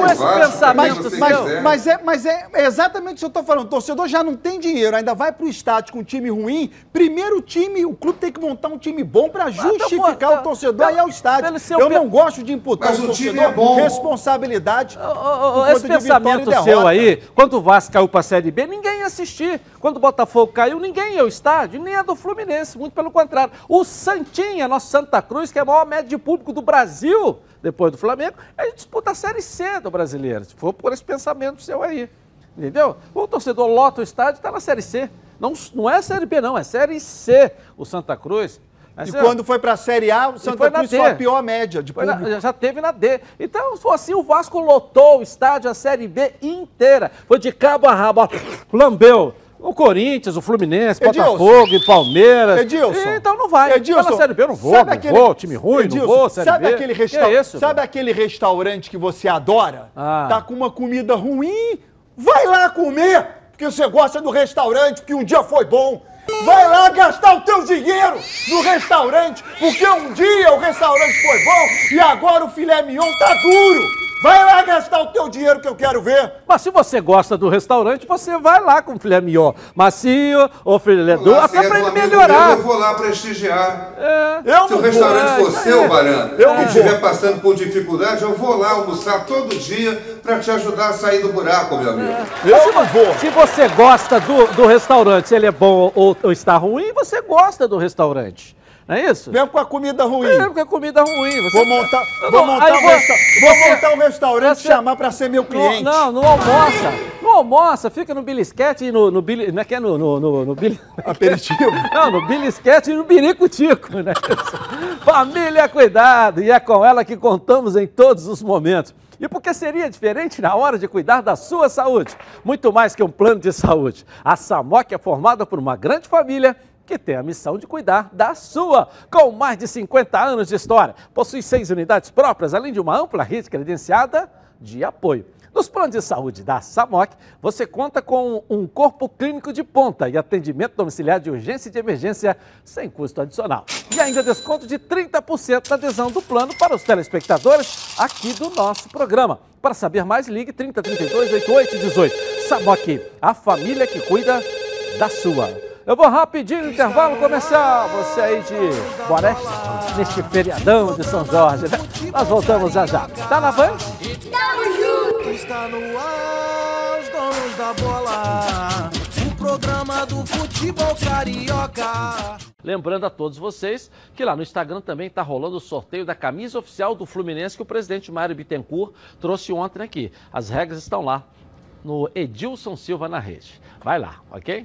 Mas é exatamente isso que eu estou falando. O torcedor já não tem dinheiro, ainda vai para o estádio com um time ruim. Primeiro o clube tem que montar um time bom para justificar o torcedor ir ao estádio. Eu não gosto de imputar ao torcedor responsabilidade. Esse pensamento seu aí, quando o Vasco caiu para a Série B, ninguém ia assistir. Quando o Botafogo caiu, ninguém ia ao estádio, nem é do Fluminense, muito pelo contrário. O Santinha, nosso Santa Cruz, que é a maior média de público do Brasil, depois do Flamengo, a gente disputa a Série C do brasileiro, se for por esse pensamento seu aí, entendeu? O torcedor lota o estádio e está na Série C, não é Série B não, é Série C, o Santa Cruz. E quando foi para a Série A, o Santa Cruz foi a pior média de público. Já teve na D. Então, se for assim, o Vasco lotou o estádio, a Série B inteira, foi de cabo a rabo, lambeu. O Corinthians, o Fluminense, Botafogo e Palmeiras. Edilson. Então não vai. Edilson. Na Série B eu não vou, time ruim, Edilson, não vou, Série B. Sabe aquele restaurante que você adora? Tá com uma comida ruim? Vai lá comer, porque você gosta do restaurante, porque um dia foi bom. Vai lá gastar o teu dinheiro no restaurante, porque um dia o restaurante foi bom e agora o filé mignon tá duro. Vai lá gastar o teu dinheiro que eu quero ver. Mas se você gosta do restaurante, você vai lá com filé mignon macio ou filé duro, até para ele melhorar. Eu vou lá prestigiar. Se o restaurante for seu, Barão, e estiver passando por dificuldade, eu vou lá almoçar todo dia para te ajudar a sair do buraco, meu amigo. Eu não vou. Se você gosta do restaurante, se ele é bom ou está ruim, você gosta do restaurante. Não é isso? Mesmo com a comida ruim. Mesmo com a comida ruim. Vou montar um restaurante e chamar para ser meu cliente. Não almoça. Não Não almoça, fica no belisquete e no não é que é no aperitivo? Não, no belisquete e no biricutico, né? Família Cuidado, e é com ela que contamos em todos os momentos. E por que seria diferente na hora de cuidar da sua saúde? Muito mais que um plano de saúde. A Samok é formada por uma grande família que tem a missão de cuidar da sua. Com mais de 50 anos de história, possui 6 unidades próprias, além de uma ampla rede credenciada de apoio. Nos planos de saúde da Samok, você conta com um corpo clínico de ponta e atendimento domiciliar de urgência e de emergência sem custo adicional. E ainda desconto de 30% na adesão do plano para os telespectadores aqui do nosso programa. Para saber mais, ligue 3032 8818. Samok, a família que cuida da sua. Eu vou rapidinho no intervalo comercial. Você aí de Boreste, neste feriadão de São Jorge, né? Nós voltamos já já. Tá na Band? Tamo junto! Está no ar, os donos da bola. O programa do futebol carioca. Lembrando a todos vocês que lá no Instagram também está rolando o sorteio da camisa oficial do Fluminense que o presidente Mário Bittencourt trouxe ontem aqui. As regras estão lá no Edilson Silva na rede. Vai lá, ok?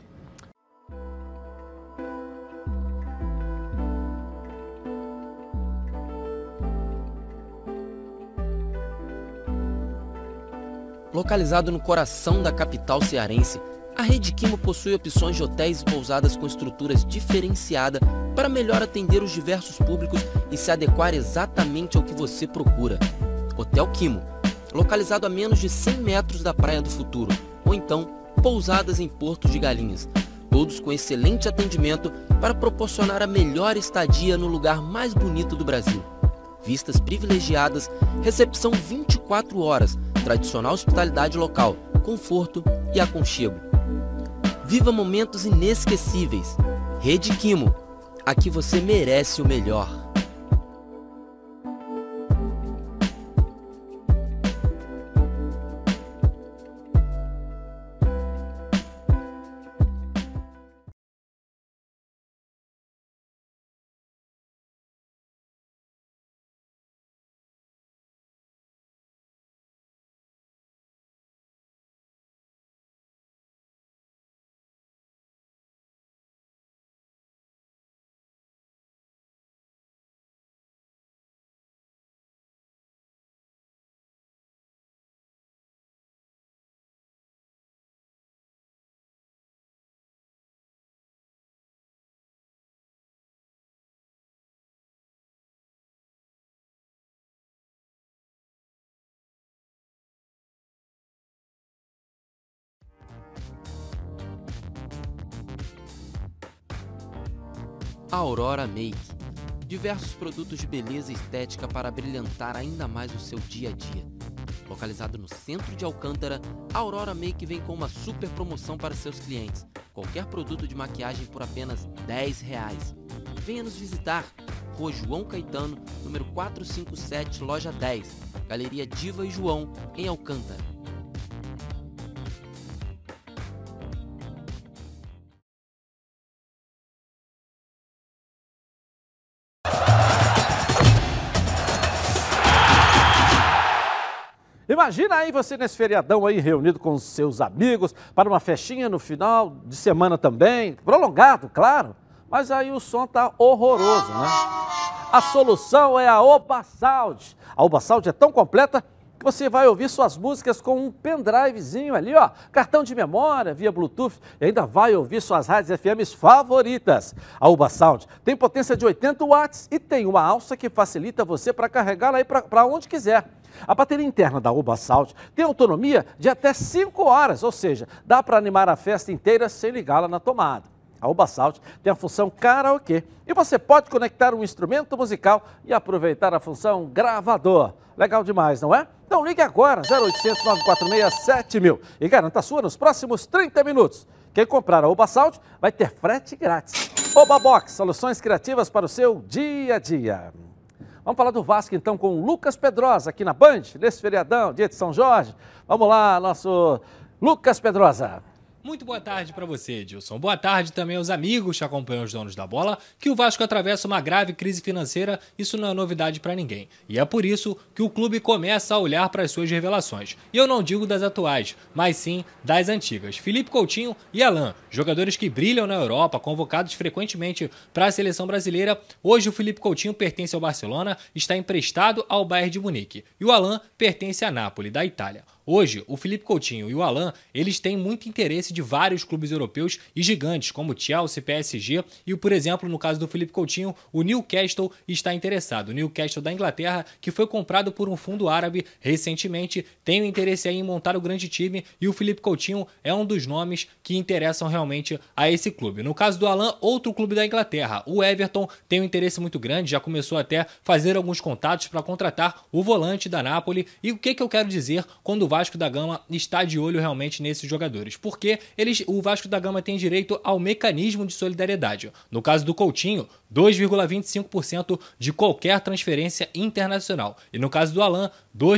Localizado no coração da capital cearense, a Rede Quimo possui opções de hotéis e pousadas com estruturas diferenciadas para melhor atender os diversos públicos e se adequar exatamente ao que você procura. Hotel Quimo, localizado a menos de 100 metros da Praia do Futuro, ou então pousadas em Porto de Galinhas, todos com excelente atendimento para proporcionar a melhor estadia no lugar mais bonito do Brasil. Vistas privilegiadas, recepção 24 horas, tradicional hospitalidade local, conforto e aconchego. Viva momentos inesquecíveis. Rede Quimo, aqui você merece o melhor. Aurora Make. Diversos produtos de beleza e estética para brilhantar ainda mais o seu dia a dia. Localizado no centro de Alcântara, a Aurora Make vem com uma super promoção para seus clientes. Qualquer produto de maquiagem por apenas R$10. Venha nos visitar. Rua João Caetano, número 457, loja 10. Galeria Diva e João, em Alcântara. Imagina aí você nesse feriadão aí reunido com os seus amigos para uma festinha no final de semana também, prolongado, claro, mas aí o som tá horroroso, né? A solução é a Oba Sound. A Oba Sound é tão completa que você vai ouvir suas músicas com um pendrivezinho ali, ó, cartão de memória, via Bluetooth, e ainda vai ouvir suas rádios FMs favoritas. A Oba Sound tem potência de 80 watts e tem uma alça que facilita você para carregá-la aí para onde quiser. A bateria interna da Oba Sound tem autonomia de até 5 horas, ou seja, dá para animar a festa inteira sem ligá-la na tomada. A Oba Sound tem a função karaokê e você pode conectar um instrumento musical e aproveitar a função gravador. Legal demais, não é? Então ligue agora, 0800 946 7000 e garanta a sua nos próximos 30 minutos. Quem comprar a Oba Sound vai ter frete grátis. Oba Box, soluções criativas para o seu dia a dia. Vamos falar do Vasco então com o Lucas Pedrosa aqui na Band, nesse feriadão, dia de São Jorge. Vamos lá, nosso Lucas Pedrosa. Muito boa tarde para você, Edilson. Boa tarde também aos amigos que acompanham os donos da bola, que o Vasco atravessa uma grave crise financeira, isso não é novidade para ninguém. E é por isso que o clube começa a olhar para as suas revelações. E eu não digo das atuais, mas sim das antigas. Felipe Coutinho e Alan, jogadores que brilham na Europa, convocados frequentemente para a seleção brasileira. Hoje o Felipe Coutinho pertence ao Barcelona, está emprestado ao Bayern de Munique. E o Alan pertence à Napoli, da Itália. Hoje, o Felipe Coutinho e o Alan, eles têm muito interesse de vários clubes europeus e gigantes, como Chelsea, PSG e, por exemplo, no caso do Felipe Coutinho, o Newcastle está interessado. O Newcastle da Inglaterra, que foi comprado por um fundo árabe recentemente, tem o interesse aí em montar o grande time e o Felipe Coutinho é um dos nomes que interessam realmente a esse clube. No caso do Alan, outro clube da Inglaterra, o Everton, tem um interesse muito grande, já começou até a fazer alguns contatos para contratar o volante da Napoli. E o que eu quero dizer quando o Vasco da Gama está de olho realmente nesses jogadores? Porque o Vasco da Gama tem direito ao mecanismo de solidariedade. No caso do Coutinho, 2,25% de qualquer transferência internacional. E no caso do Alan,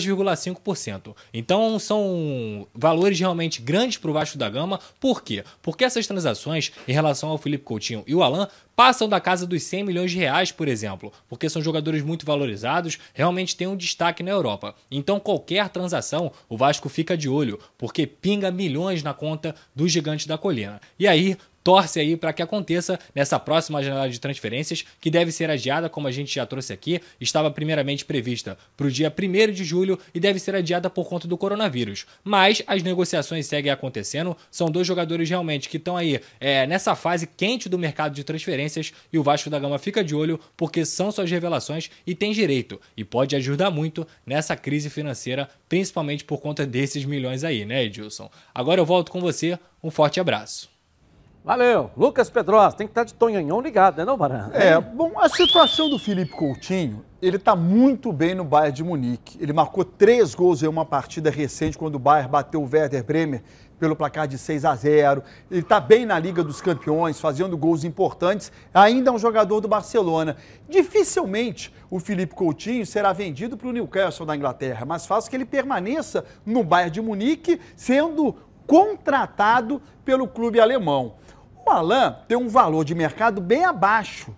2,5%. Então são valores realmente grandes para o Vasco da Gama. Por quê? Porque essas transações em relação ao Felipe Coutinho e o Alan passam da casa dos 100 milhões de reais, por exemplo, porque são jogadores muito valorizados, realmente têm um destaque na Europa. Então qualquer transação, o Vasco fica de olho, porque pinga milhões na conta dos gigantes da colina. E aí, torce aí para que aconteça nessa próxima janela de transferências, que deve ser adiada, como a gente já trouxe aqui, estava primeiramente prevista para o dia 1º de julho e deve ser adiada por conta do coronavírus. Mas as negociações seguem acontecendo, são dois jogadores realmente que estão aí nessa fase quente do mercado de transferências e o Vasco da Gama fica de olho porque são suas revelações e tem direito e pode ajudar muito nessa crise financeira, principalmente por conta desses milhões aí, né, Edilson? Agora eu volto com você, um forte abraço. Valeu. Lucas Pedrosa, tem que estar de tonhonhão ligado, né, não, Baran? Bom, a situação do Felipe Coutinho, ele está muito bem no Bayern de Munique. Ele marcou 3 gols em uma partida recente, quando o Bayern bateu o Werder Bremer pelo placar de 6-0. Ele está bem na Liga dos Campeões, fazendo gols importantes. Ainda é um jogador do Barcelona. Dificilmente o Felipe Coutinho será vendido para o Newcastle da Inglaterra. Mais fácil que ele permaneça no Bayern de Munique, sendo contratado pelo clube alemão. O Alan tem um valor de mercado bem abaixo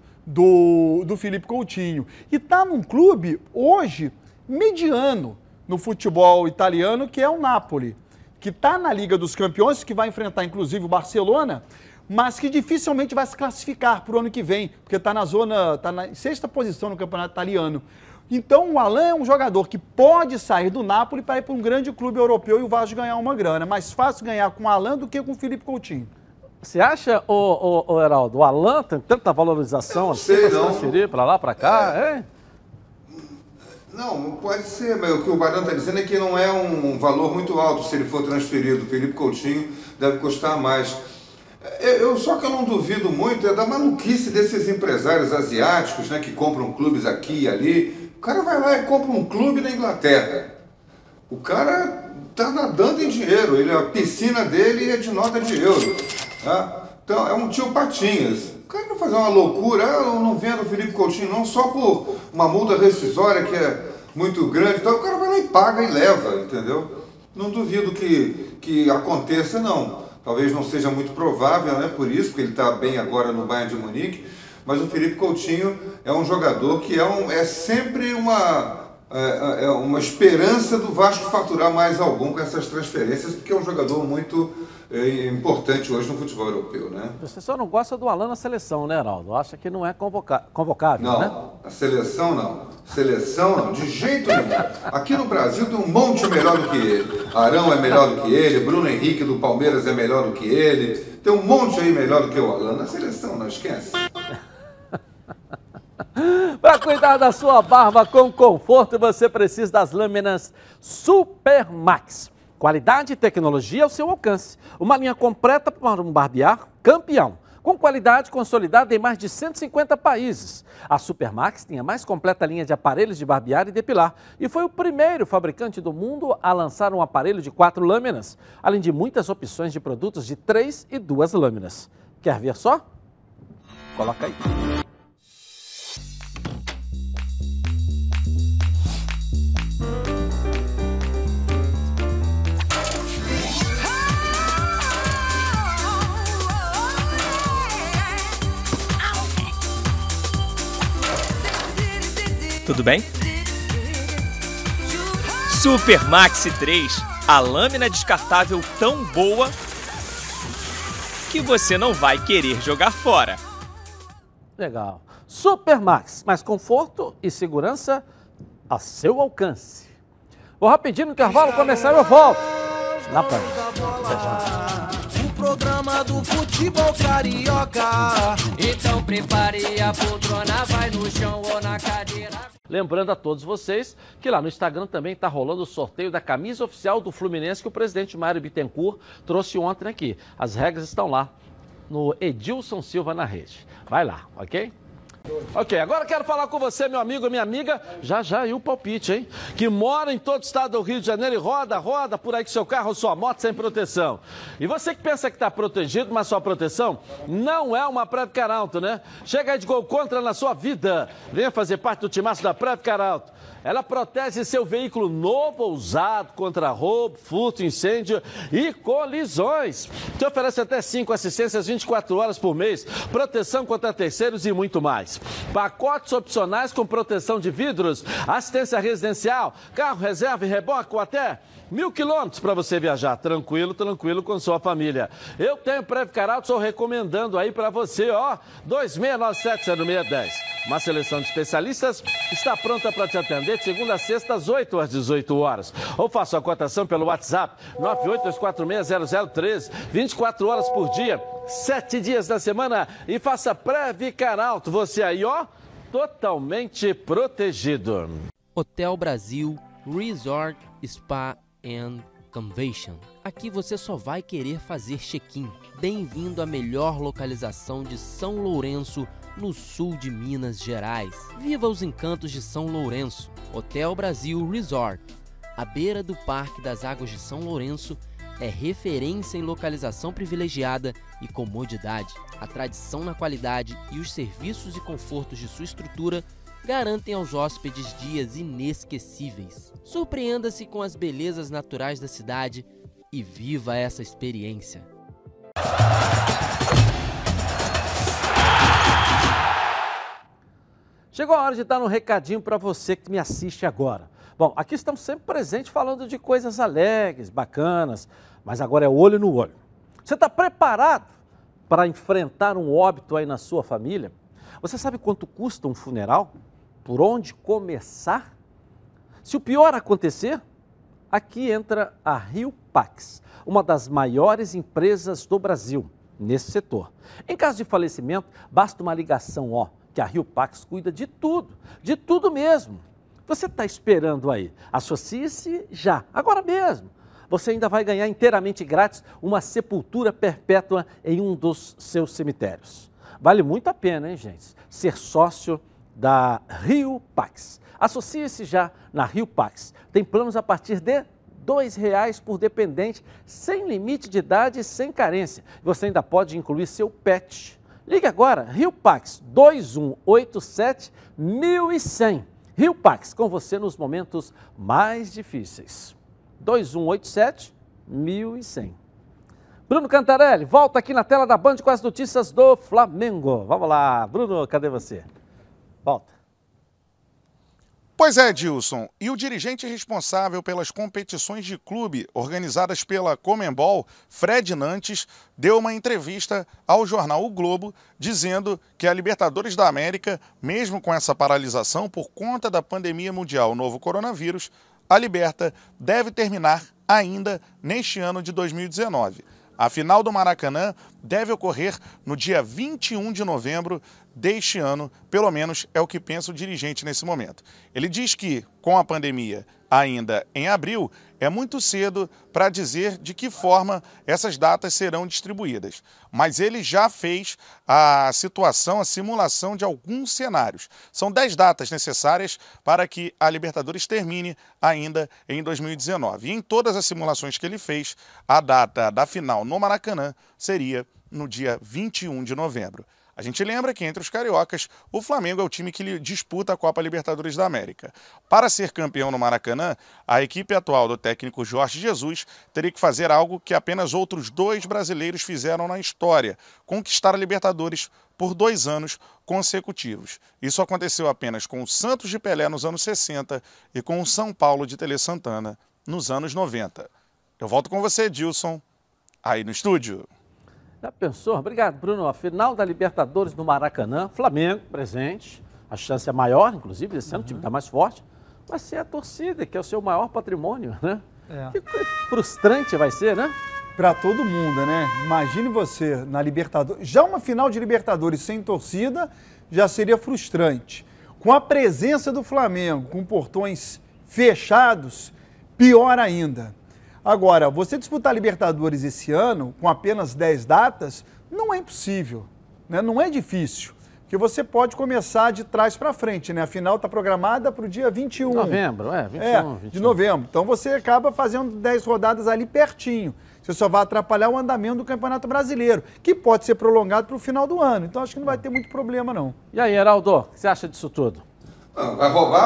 do Felipe Coutinho e está num clube hoje mediano no futebol italiano, que é o Napoli, que está na Liga dos Campeões, que vai enfrentar inclusive o Barcelona, mas que dificilmente vai se classificar para o ano que vem, porque está na 6ª posição no campeonato italiano. Então o Alan é um jogador que pode sair do Napoli para ir para um grande clube europeu e o Vasco ganhar uma grana. É mais fácil ganhar com o Alan do que com o Felipe Coutinho. Você acha, ô Heraldo, o Alan tem tanta valorização assim para se transferir para lá, para cá? Não, pode ser, mas o que o Baran está dizendo é que não é um valor muito alto se ele for transferido. O Felipe Coutinho deve custar mais. Só que eu não duvido muito da maluquice desses empresários asiáticos, né, que compram clubes aqui e ali. O cara vai lá e compra um clube na Inglaterra. O cara está nadando em dinheiro, a piscina dele é de nota de euro. Tá? Então é um tio Patinhas. O cara não fazer uma loucura, eu não vendo o Felipe Coutinho não, só por uma multa rescisória que é muito grande. Então o cara vai lá e paga e leva, entendeu? Não duvido que aconteça, não. Talvez não seja muito provável, né? Por isso, porque ele está bem agora no Bayern de Munique. Mas o Felipe Coutinho é um jogador que é sempre uma esperança do Vasco faturar mais algum com essas transferências, porque é um jogador muito importante hoje no futebol europeu, né? Você só não gosta do Alan na seleção, né, Heraldo? Acha que não é convocável, não, né? Não, a seleção não. Seleção não, de jeito nenhum. Aqui no Brasil tem um monte melhor do que ele. Arão é melhor do que ele, Bruno Henrique do Palmeiras é melhor do que ele. Tem um monte aí melhor do que o Alan. Na seleção, não esquece. Para cuidar da sua barba com conforto, você precisa das lâminas Supermax. Qualidade e tecnologia ao seu alcance. Uma linha completa para um barbear campeão. Com qualidade consolidada em mais de 150 países. A Supermax tem a mais completa linha de aparelhos de barbear e depilar. E foi o primeiro fabricante do mundo a lançar um aparelho de 4 lâminas. Além de muitas opções de produtos de 3 e 2 lâminas. Quer ver só? Coloca aí. tudo bem? Super Maxi 3, a lâmina descartável tão boa que você não vai querer jogar fora. Legal. Super Max, mais conforto e segurança a seu alcance. Vou rapidinho no intervalo começar e eu volto. Na Band. O programa do futebol carioca. Então prepare a poltrona, vai no chão ou na cadeira. Lembrando a todos vocês que lá no Instagram também está rolando o sorteio da camisa oficial do Fluminense que o presidente Mário Bittencourt trouxe ontem aqui. As regras estão lá no Edilson Silva na rede. Vai lá, ok? Ok, agora quero falar com você, meu amigo e minha amiga, já e o palpite, hein? Que mora em todo o estado do Rio de Janeiro e roda por aí com seu carro ou sua moto sem proteção. E você que pensa que está protegido, mas sua proteção não é uma Previcar Auto, né? Chega aí de gol contra na sua vida. Venha fazer parte do timaço da Previcar Auto. Ela protege seu veículo novo ou usado contra roubo, furto, incêndio e colisões. Te oferece até 5 assistências 24 horas por mês, proteção contra terceiros e muito mais. Pacotes opcionais com proteção de vidros, assistência residencial, carro reserva e reboque ou até 1.000 quilômetros para você viajar tranquilo com sua família. Eu tenho Previcar Auto, estou recomendando aí para você, ó, 2697-0610. Uma seleção de especialistas está pronta para te atender de segunda a sexta, às 8 às 18 horas. Ou faça a cotação pelo WhatsApp, 982460013, 24 horas por dia, 7 dias da semana e faça Previcar Auto. Você aí, ó, totalmente protegido. Hotel Brasil Resort Spa and Convention. Aqui você só vai querer fazer check-in. Bem-vindo à melhor localização de São Lourenço, no sul de Minas Gerais. Viva os encantos de São Lourenço. Hotel Brasil Resort, à beira do Parque das Águas de São Lourenço, é referência em localização privilegiada e comodidade. A tradição na qualidade e os serviços e confortos de sua estrutura garantem aos hóspedes dias inesquecíveis. Surpreenda-se com as belezas naturais da cidade e viva essa experiência. Chegou a hora de dar um recadinho para você que me assiste agora. Bom, aqui estamos sempre presentes falando de coisas alegres, bacanas, mas agora é olho no olho. Você está preparado para enfrentar um óbito aí na sua família? Você sabe quanto custa um funeral? Por onde começar? Se o pior acontecer, aqui entra a Rio Pax, uma das maiores empresas do Brasil nesse setor. Em caso de falecimento, basta uma ligação, que a Rio Pax cuida de tudo mesmo. Você está esperando aí? Associe-se já, agora mesmo. Você ainda vai ganhar inteiramente grátis uma sepultura perpétua em um dos seus cemitérios. Vale muito a pena, hein, gente? Ser sócio da Rio Pax. Associe-se já na Rio Pax. Tem planos a partir de R$ 2,00 por dependente, sem limite de idade e sem carência. Você ainda pode incluir seu pet. Ligue agora, Rio Pax 2187-1100. Rio Pax, com você nos momentos mais difíceis. 2187-1100. Bruno Cantarelli, volta aqui na tela da Band com as notícias do Flamengo. Vamos lá, Bruno, cadê você? Volta. Pois é, Edilson, e o dirigente responsável pelas competições de clube organizadas pela Conmebol, Fred Nantes, deu uma entrevista ao jornal O Globo, dizendo que a Libertadores da América, mesmo com essa paralisação por conta da pandemia mundial novo coronavírus, a Liberta deve terminar ainda neste ano de 2019. A final do Maracanã deve ocorrer no dia 21 de novembro deste ano, pelo menos é o que pensa o dirigente nesse momento. Ele diz que, com a pandemia ainda em abril, é muito cedo para dizer de que forma essas datas serão distribuídas. Mas ele já fez a simulação de alguns cenários. São 10 datas necessárias para que a Libertadores termine ainda em 2019. E em todas as simulações que ele fez, a data da final no Maracanã seria no dia 21 de novembro. A gente lembra que entre os cariocas, o Flamengo é o time que disputa a Copa Libertadores da América. Para ser campeão no Maracanã, a equipe atual do técnico Jorge Jesus teria que fazer algo que apenas outros 2 brasileiros fizeram na história: conquistar a Libertadores por 2 anos consecutivos. Isso aconteceu apenas com o Santos de Pelé nos anos 60 e com o São Paulo de Tele Santana nos anos 90. Eu volto com você, Edilson, aí no estúdio. Já pensou? Obrigado, Bruno. A final da Libertadores no Maracanã, Flamengo presente, a chance é maior, inclusive, esse ano o time está mais forte, vai ser a torcida, que é o seu maior patrimônio, né? Que frustrante vai ser, né? Para todo mundo, né? Imagine você na Libertadores. Já uma final de Libertadores sem torcida já seria frustrante. Com a presença do Flamengo, com portões fechados, pior ainda. Agora, você disputar a Libertadores esse ano, com apenas 10 datas, não é impossível, né? Não é difícil, porque você pode começar de trás para frente, né? A final está programada para o dia 21. Novembro, 21. De novembro. Então você acaba fazendo 10 rodadas ali pertinho. Você só vai atrapalhar o andamento do Campeonato Brasileiro, que pode ser prolongado para o final do ano. Então acho que não vai ter muito problema, não. E aí, Heraldo, o que você acha disso tudo? Vai roubar a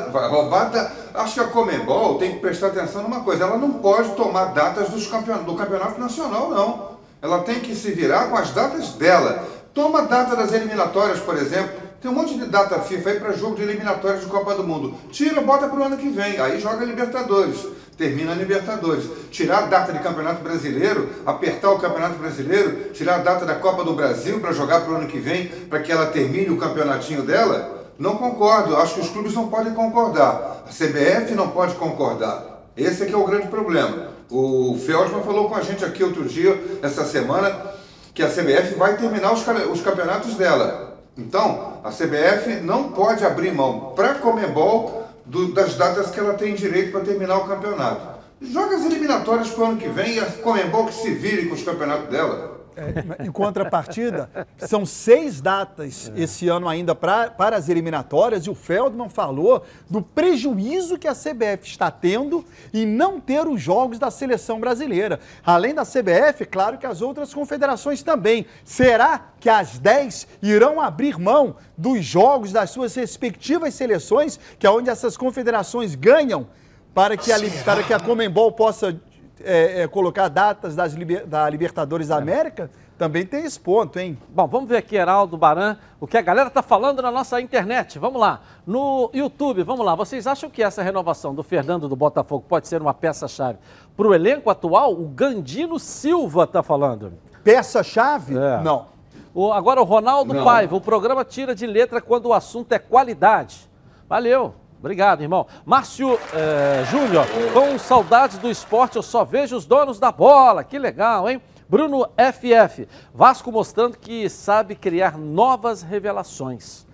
data, Acho que a Conmebol tem que prestar atenção numa coisa: ela não pode tomar datas do campeonato nacional, não. Ela tem que se virar com as datas dela. Toma a data das eliminatórias, por exemplo. Tem um monte de data FIFA aí para jogo de eliminatórias de Copa do Mundo. Tira, bota para o ano que vem. Aí joga Libertadores. Termina a Libertadores. Tirar a data de Campeonato Brasileiro, apertar o Campeonato Brasileiro, tirar a data da Copa do Brasil para jogar para o ano que vem, para que ela termine o campeonatinho dela. Não concordo, acho que os clubes não podem concordar, a CBF não pode concordar, esse é que é o grande problema. O Feldman falou com a gente aqui outro dia, essa semana, que a CBF vai terminar os campeonatos dela. Então, a CBF não pode abrir mão para a Conmebol das datas que ela tem direito para terminar o campeonato. Joga as eliminatórias para o ano que vem e a Conmebol que se vire com os campeonatos dela. Em contrapartida, são 6 datas esse ano ainda para as eliminatórias, e o Feldman falou do prejuízo que a CBF está tendo em não ter os jogos da seleção brasileira. Além da CBF, claro que as outras confederações também. Será que as 10 irão abrir mão dos jogos das suas respectivas seleções, que é onde essas confederações ganham, para que a Conmebol possa colocar datas da Libertadores da América? Também tem esse ponto, hein? Bom, vamos ver aqui, Heraldo Baran, o que a galera está falando na nossa internet. Vamos lá, no YouTube, vamos lá. Vocês acham que essa renovação do Fernando do Botafogo pode ser uma peça-chave para o elenco atual? O Gandino Silva está falando. Peça-chave? Não. Agora o Ronaldo Paiva, o programa tira de letra quando o assunto é qualidade. Valeu. Obrigado, irmão. Márcio Júnior, com saudades do esporte, eu só vejo os donos da bola. Que legal, hein? Bruno FF, Vasco mostrando que sabe criar novas revelações.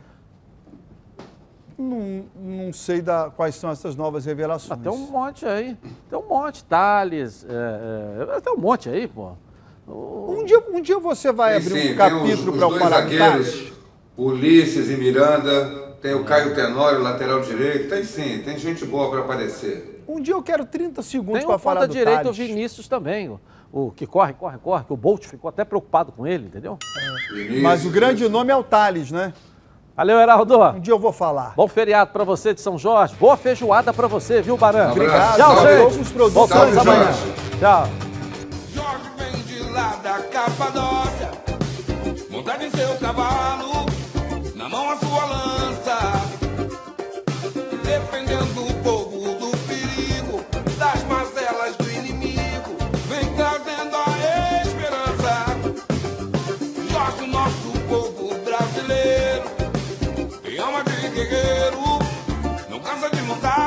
Não sei quais são essas novas revelações. Tem um monte aí. Tem um monte. Thales, tem um monte aí, pô. Um dia você vai abrir um capítulo para eu falar do Thales? Ulisses e Miranda. Tem o Caio Tenório, lateral direito. Tem sim, tem gente boa para aparecer. Um dia eu quero 30 segundos para falar do Thales. Tem o ponta direito, o Vinícius também. O que corre, que o Bolt ficou até preocupado com ele, entendeu? Mas o grande nome é o Thales, né? Valeu, Heraldo. Um dia eu vou falar. Bom feriado para você de São Jorge. Boa feijoada para você, viu, Baran? Obrigado. Tchau, gente. Os produtos amanhã. Tchau. Jorge vem de lá da Capadócia, montado em seu cavalo, na mão a sua lança, defendendo o povo do perigo, das mazelas do inimigo, vem trazendo a esperança. Jorge, nosso povo brasileiro, tem alma de guerreiro, não cansa de montar,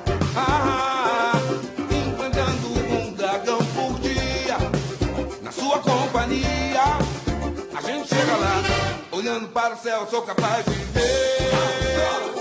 enfrentando um dragão por dia, na sua companhia, a gente chega lá, olhando para o céu, sou capaz de ver.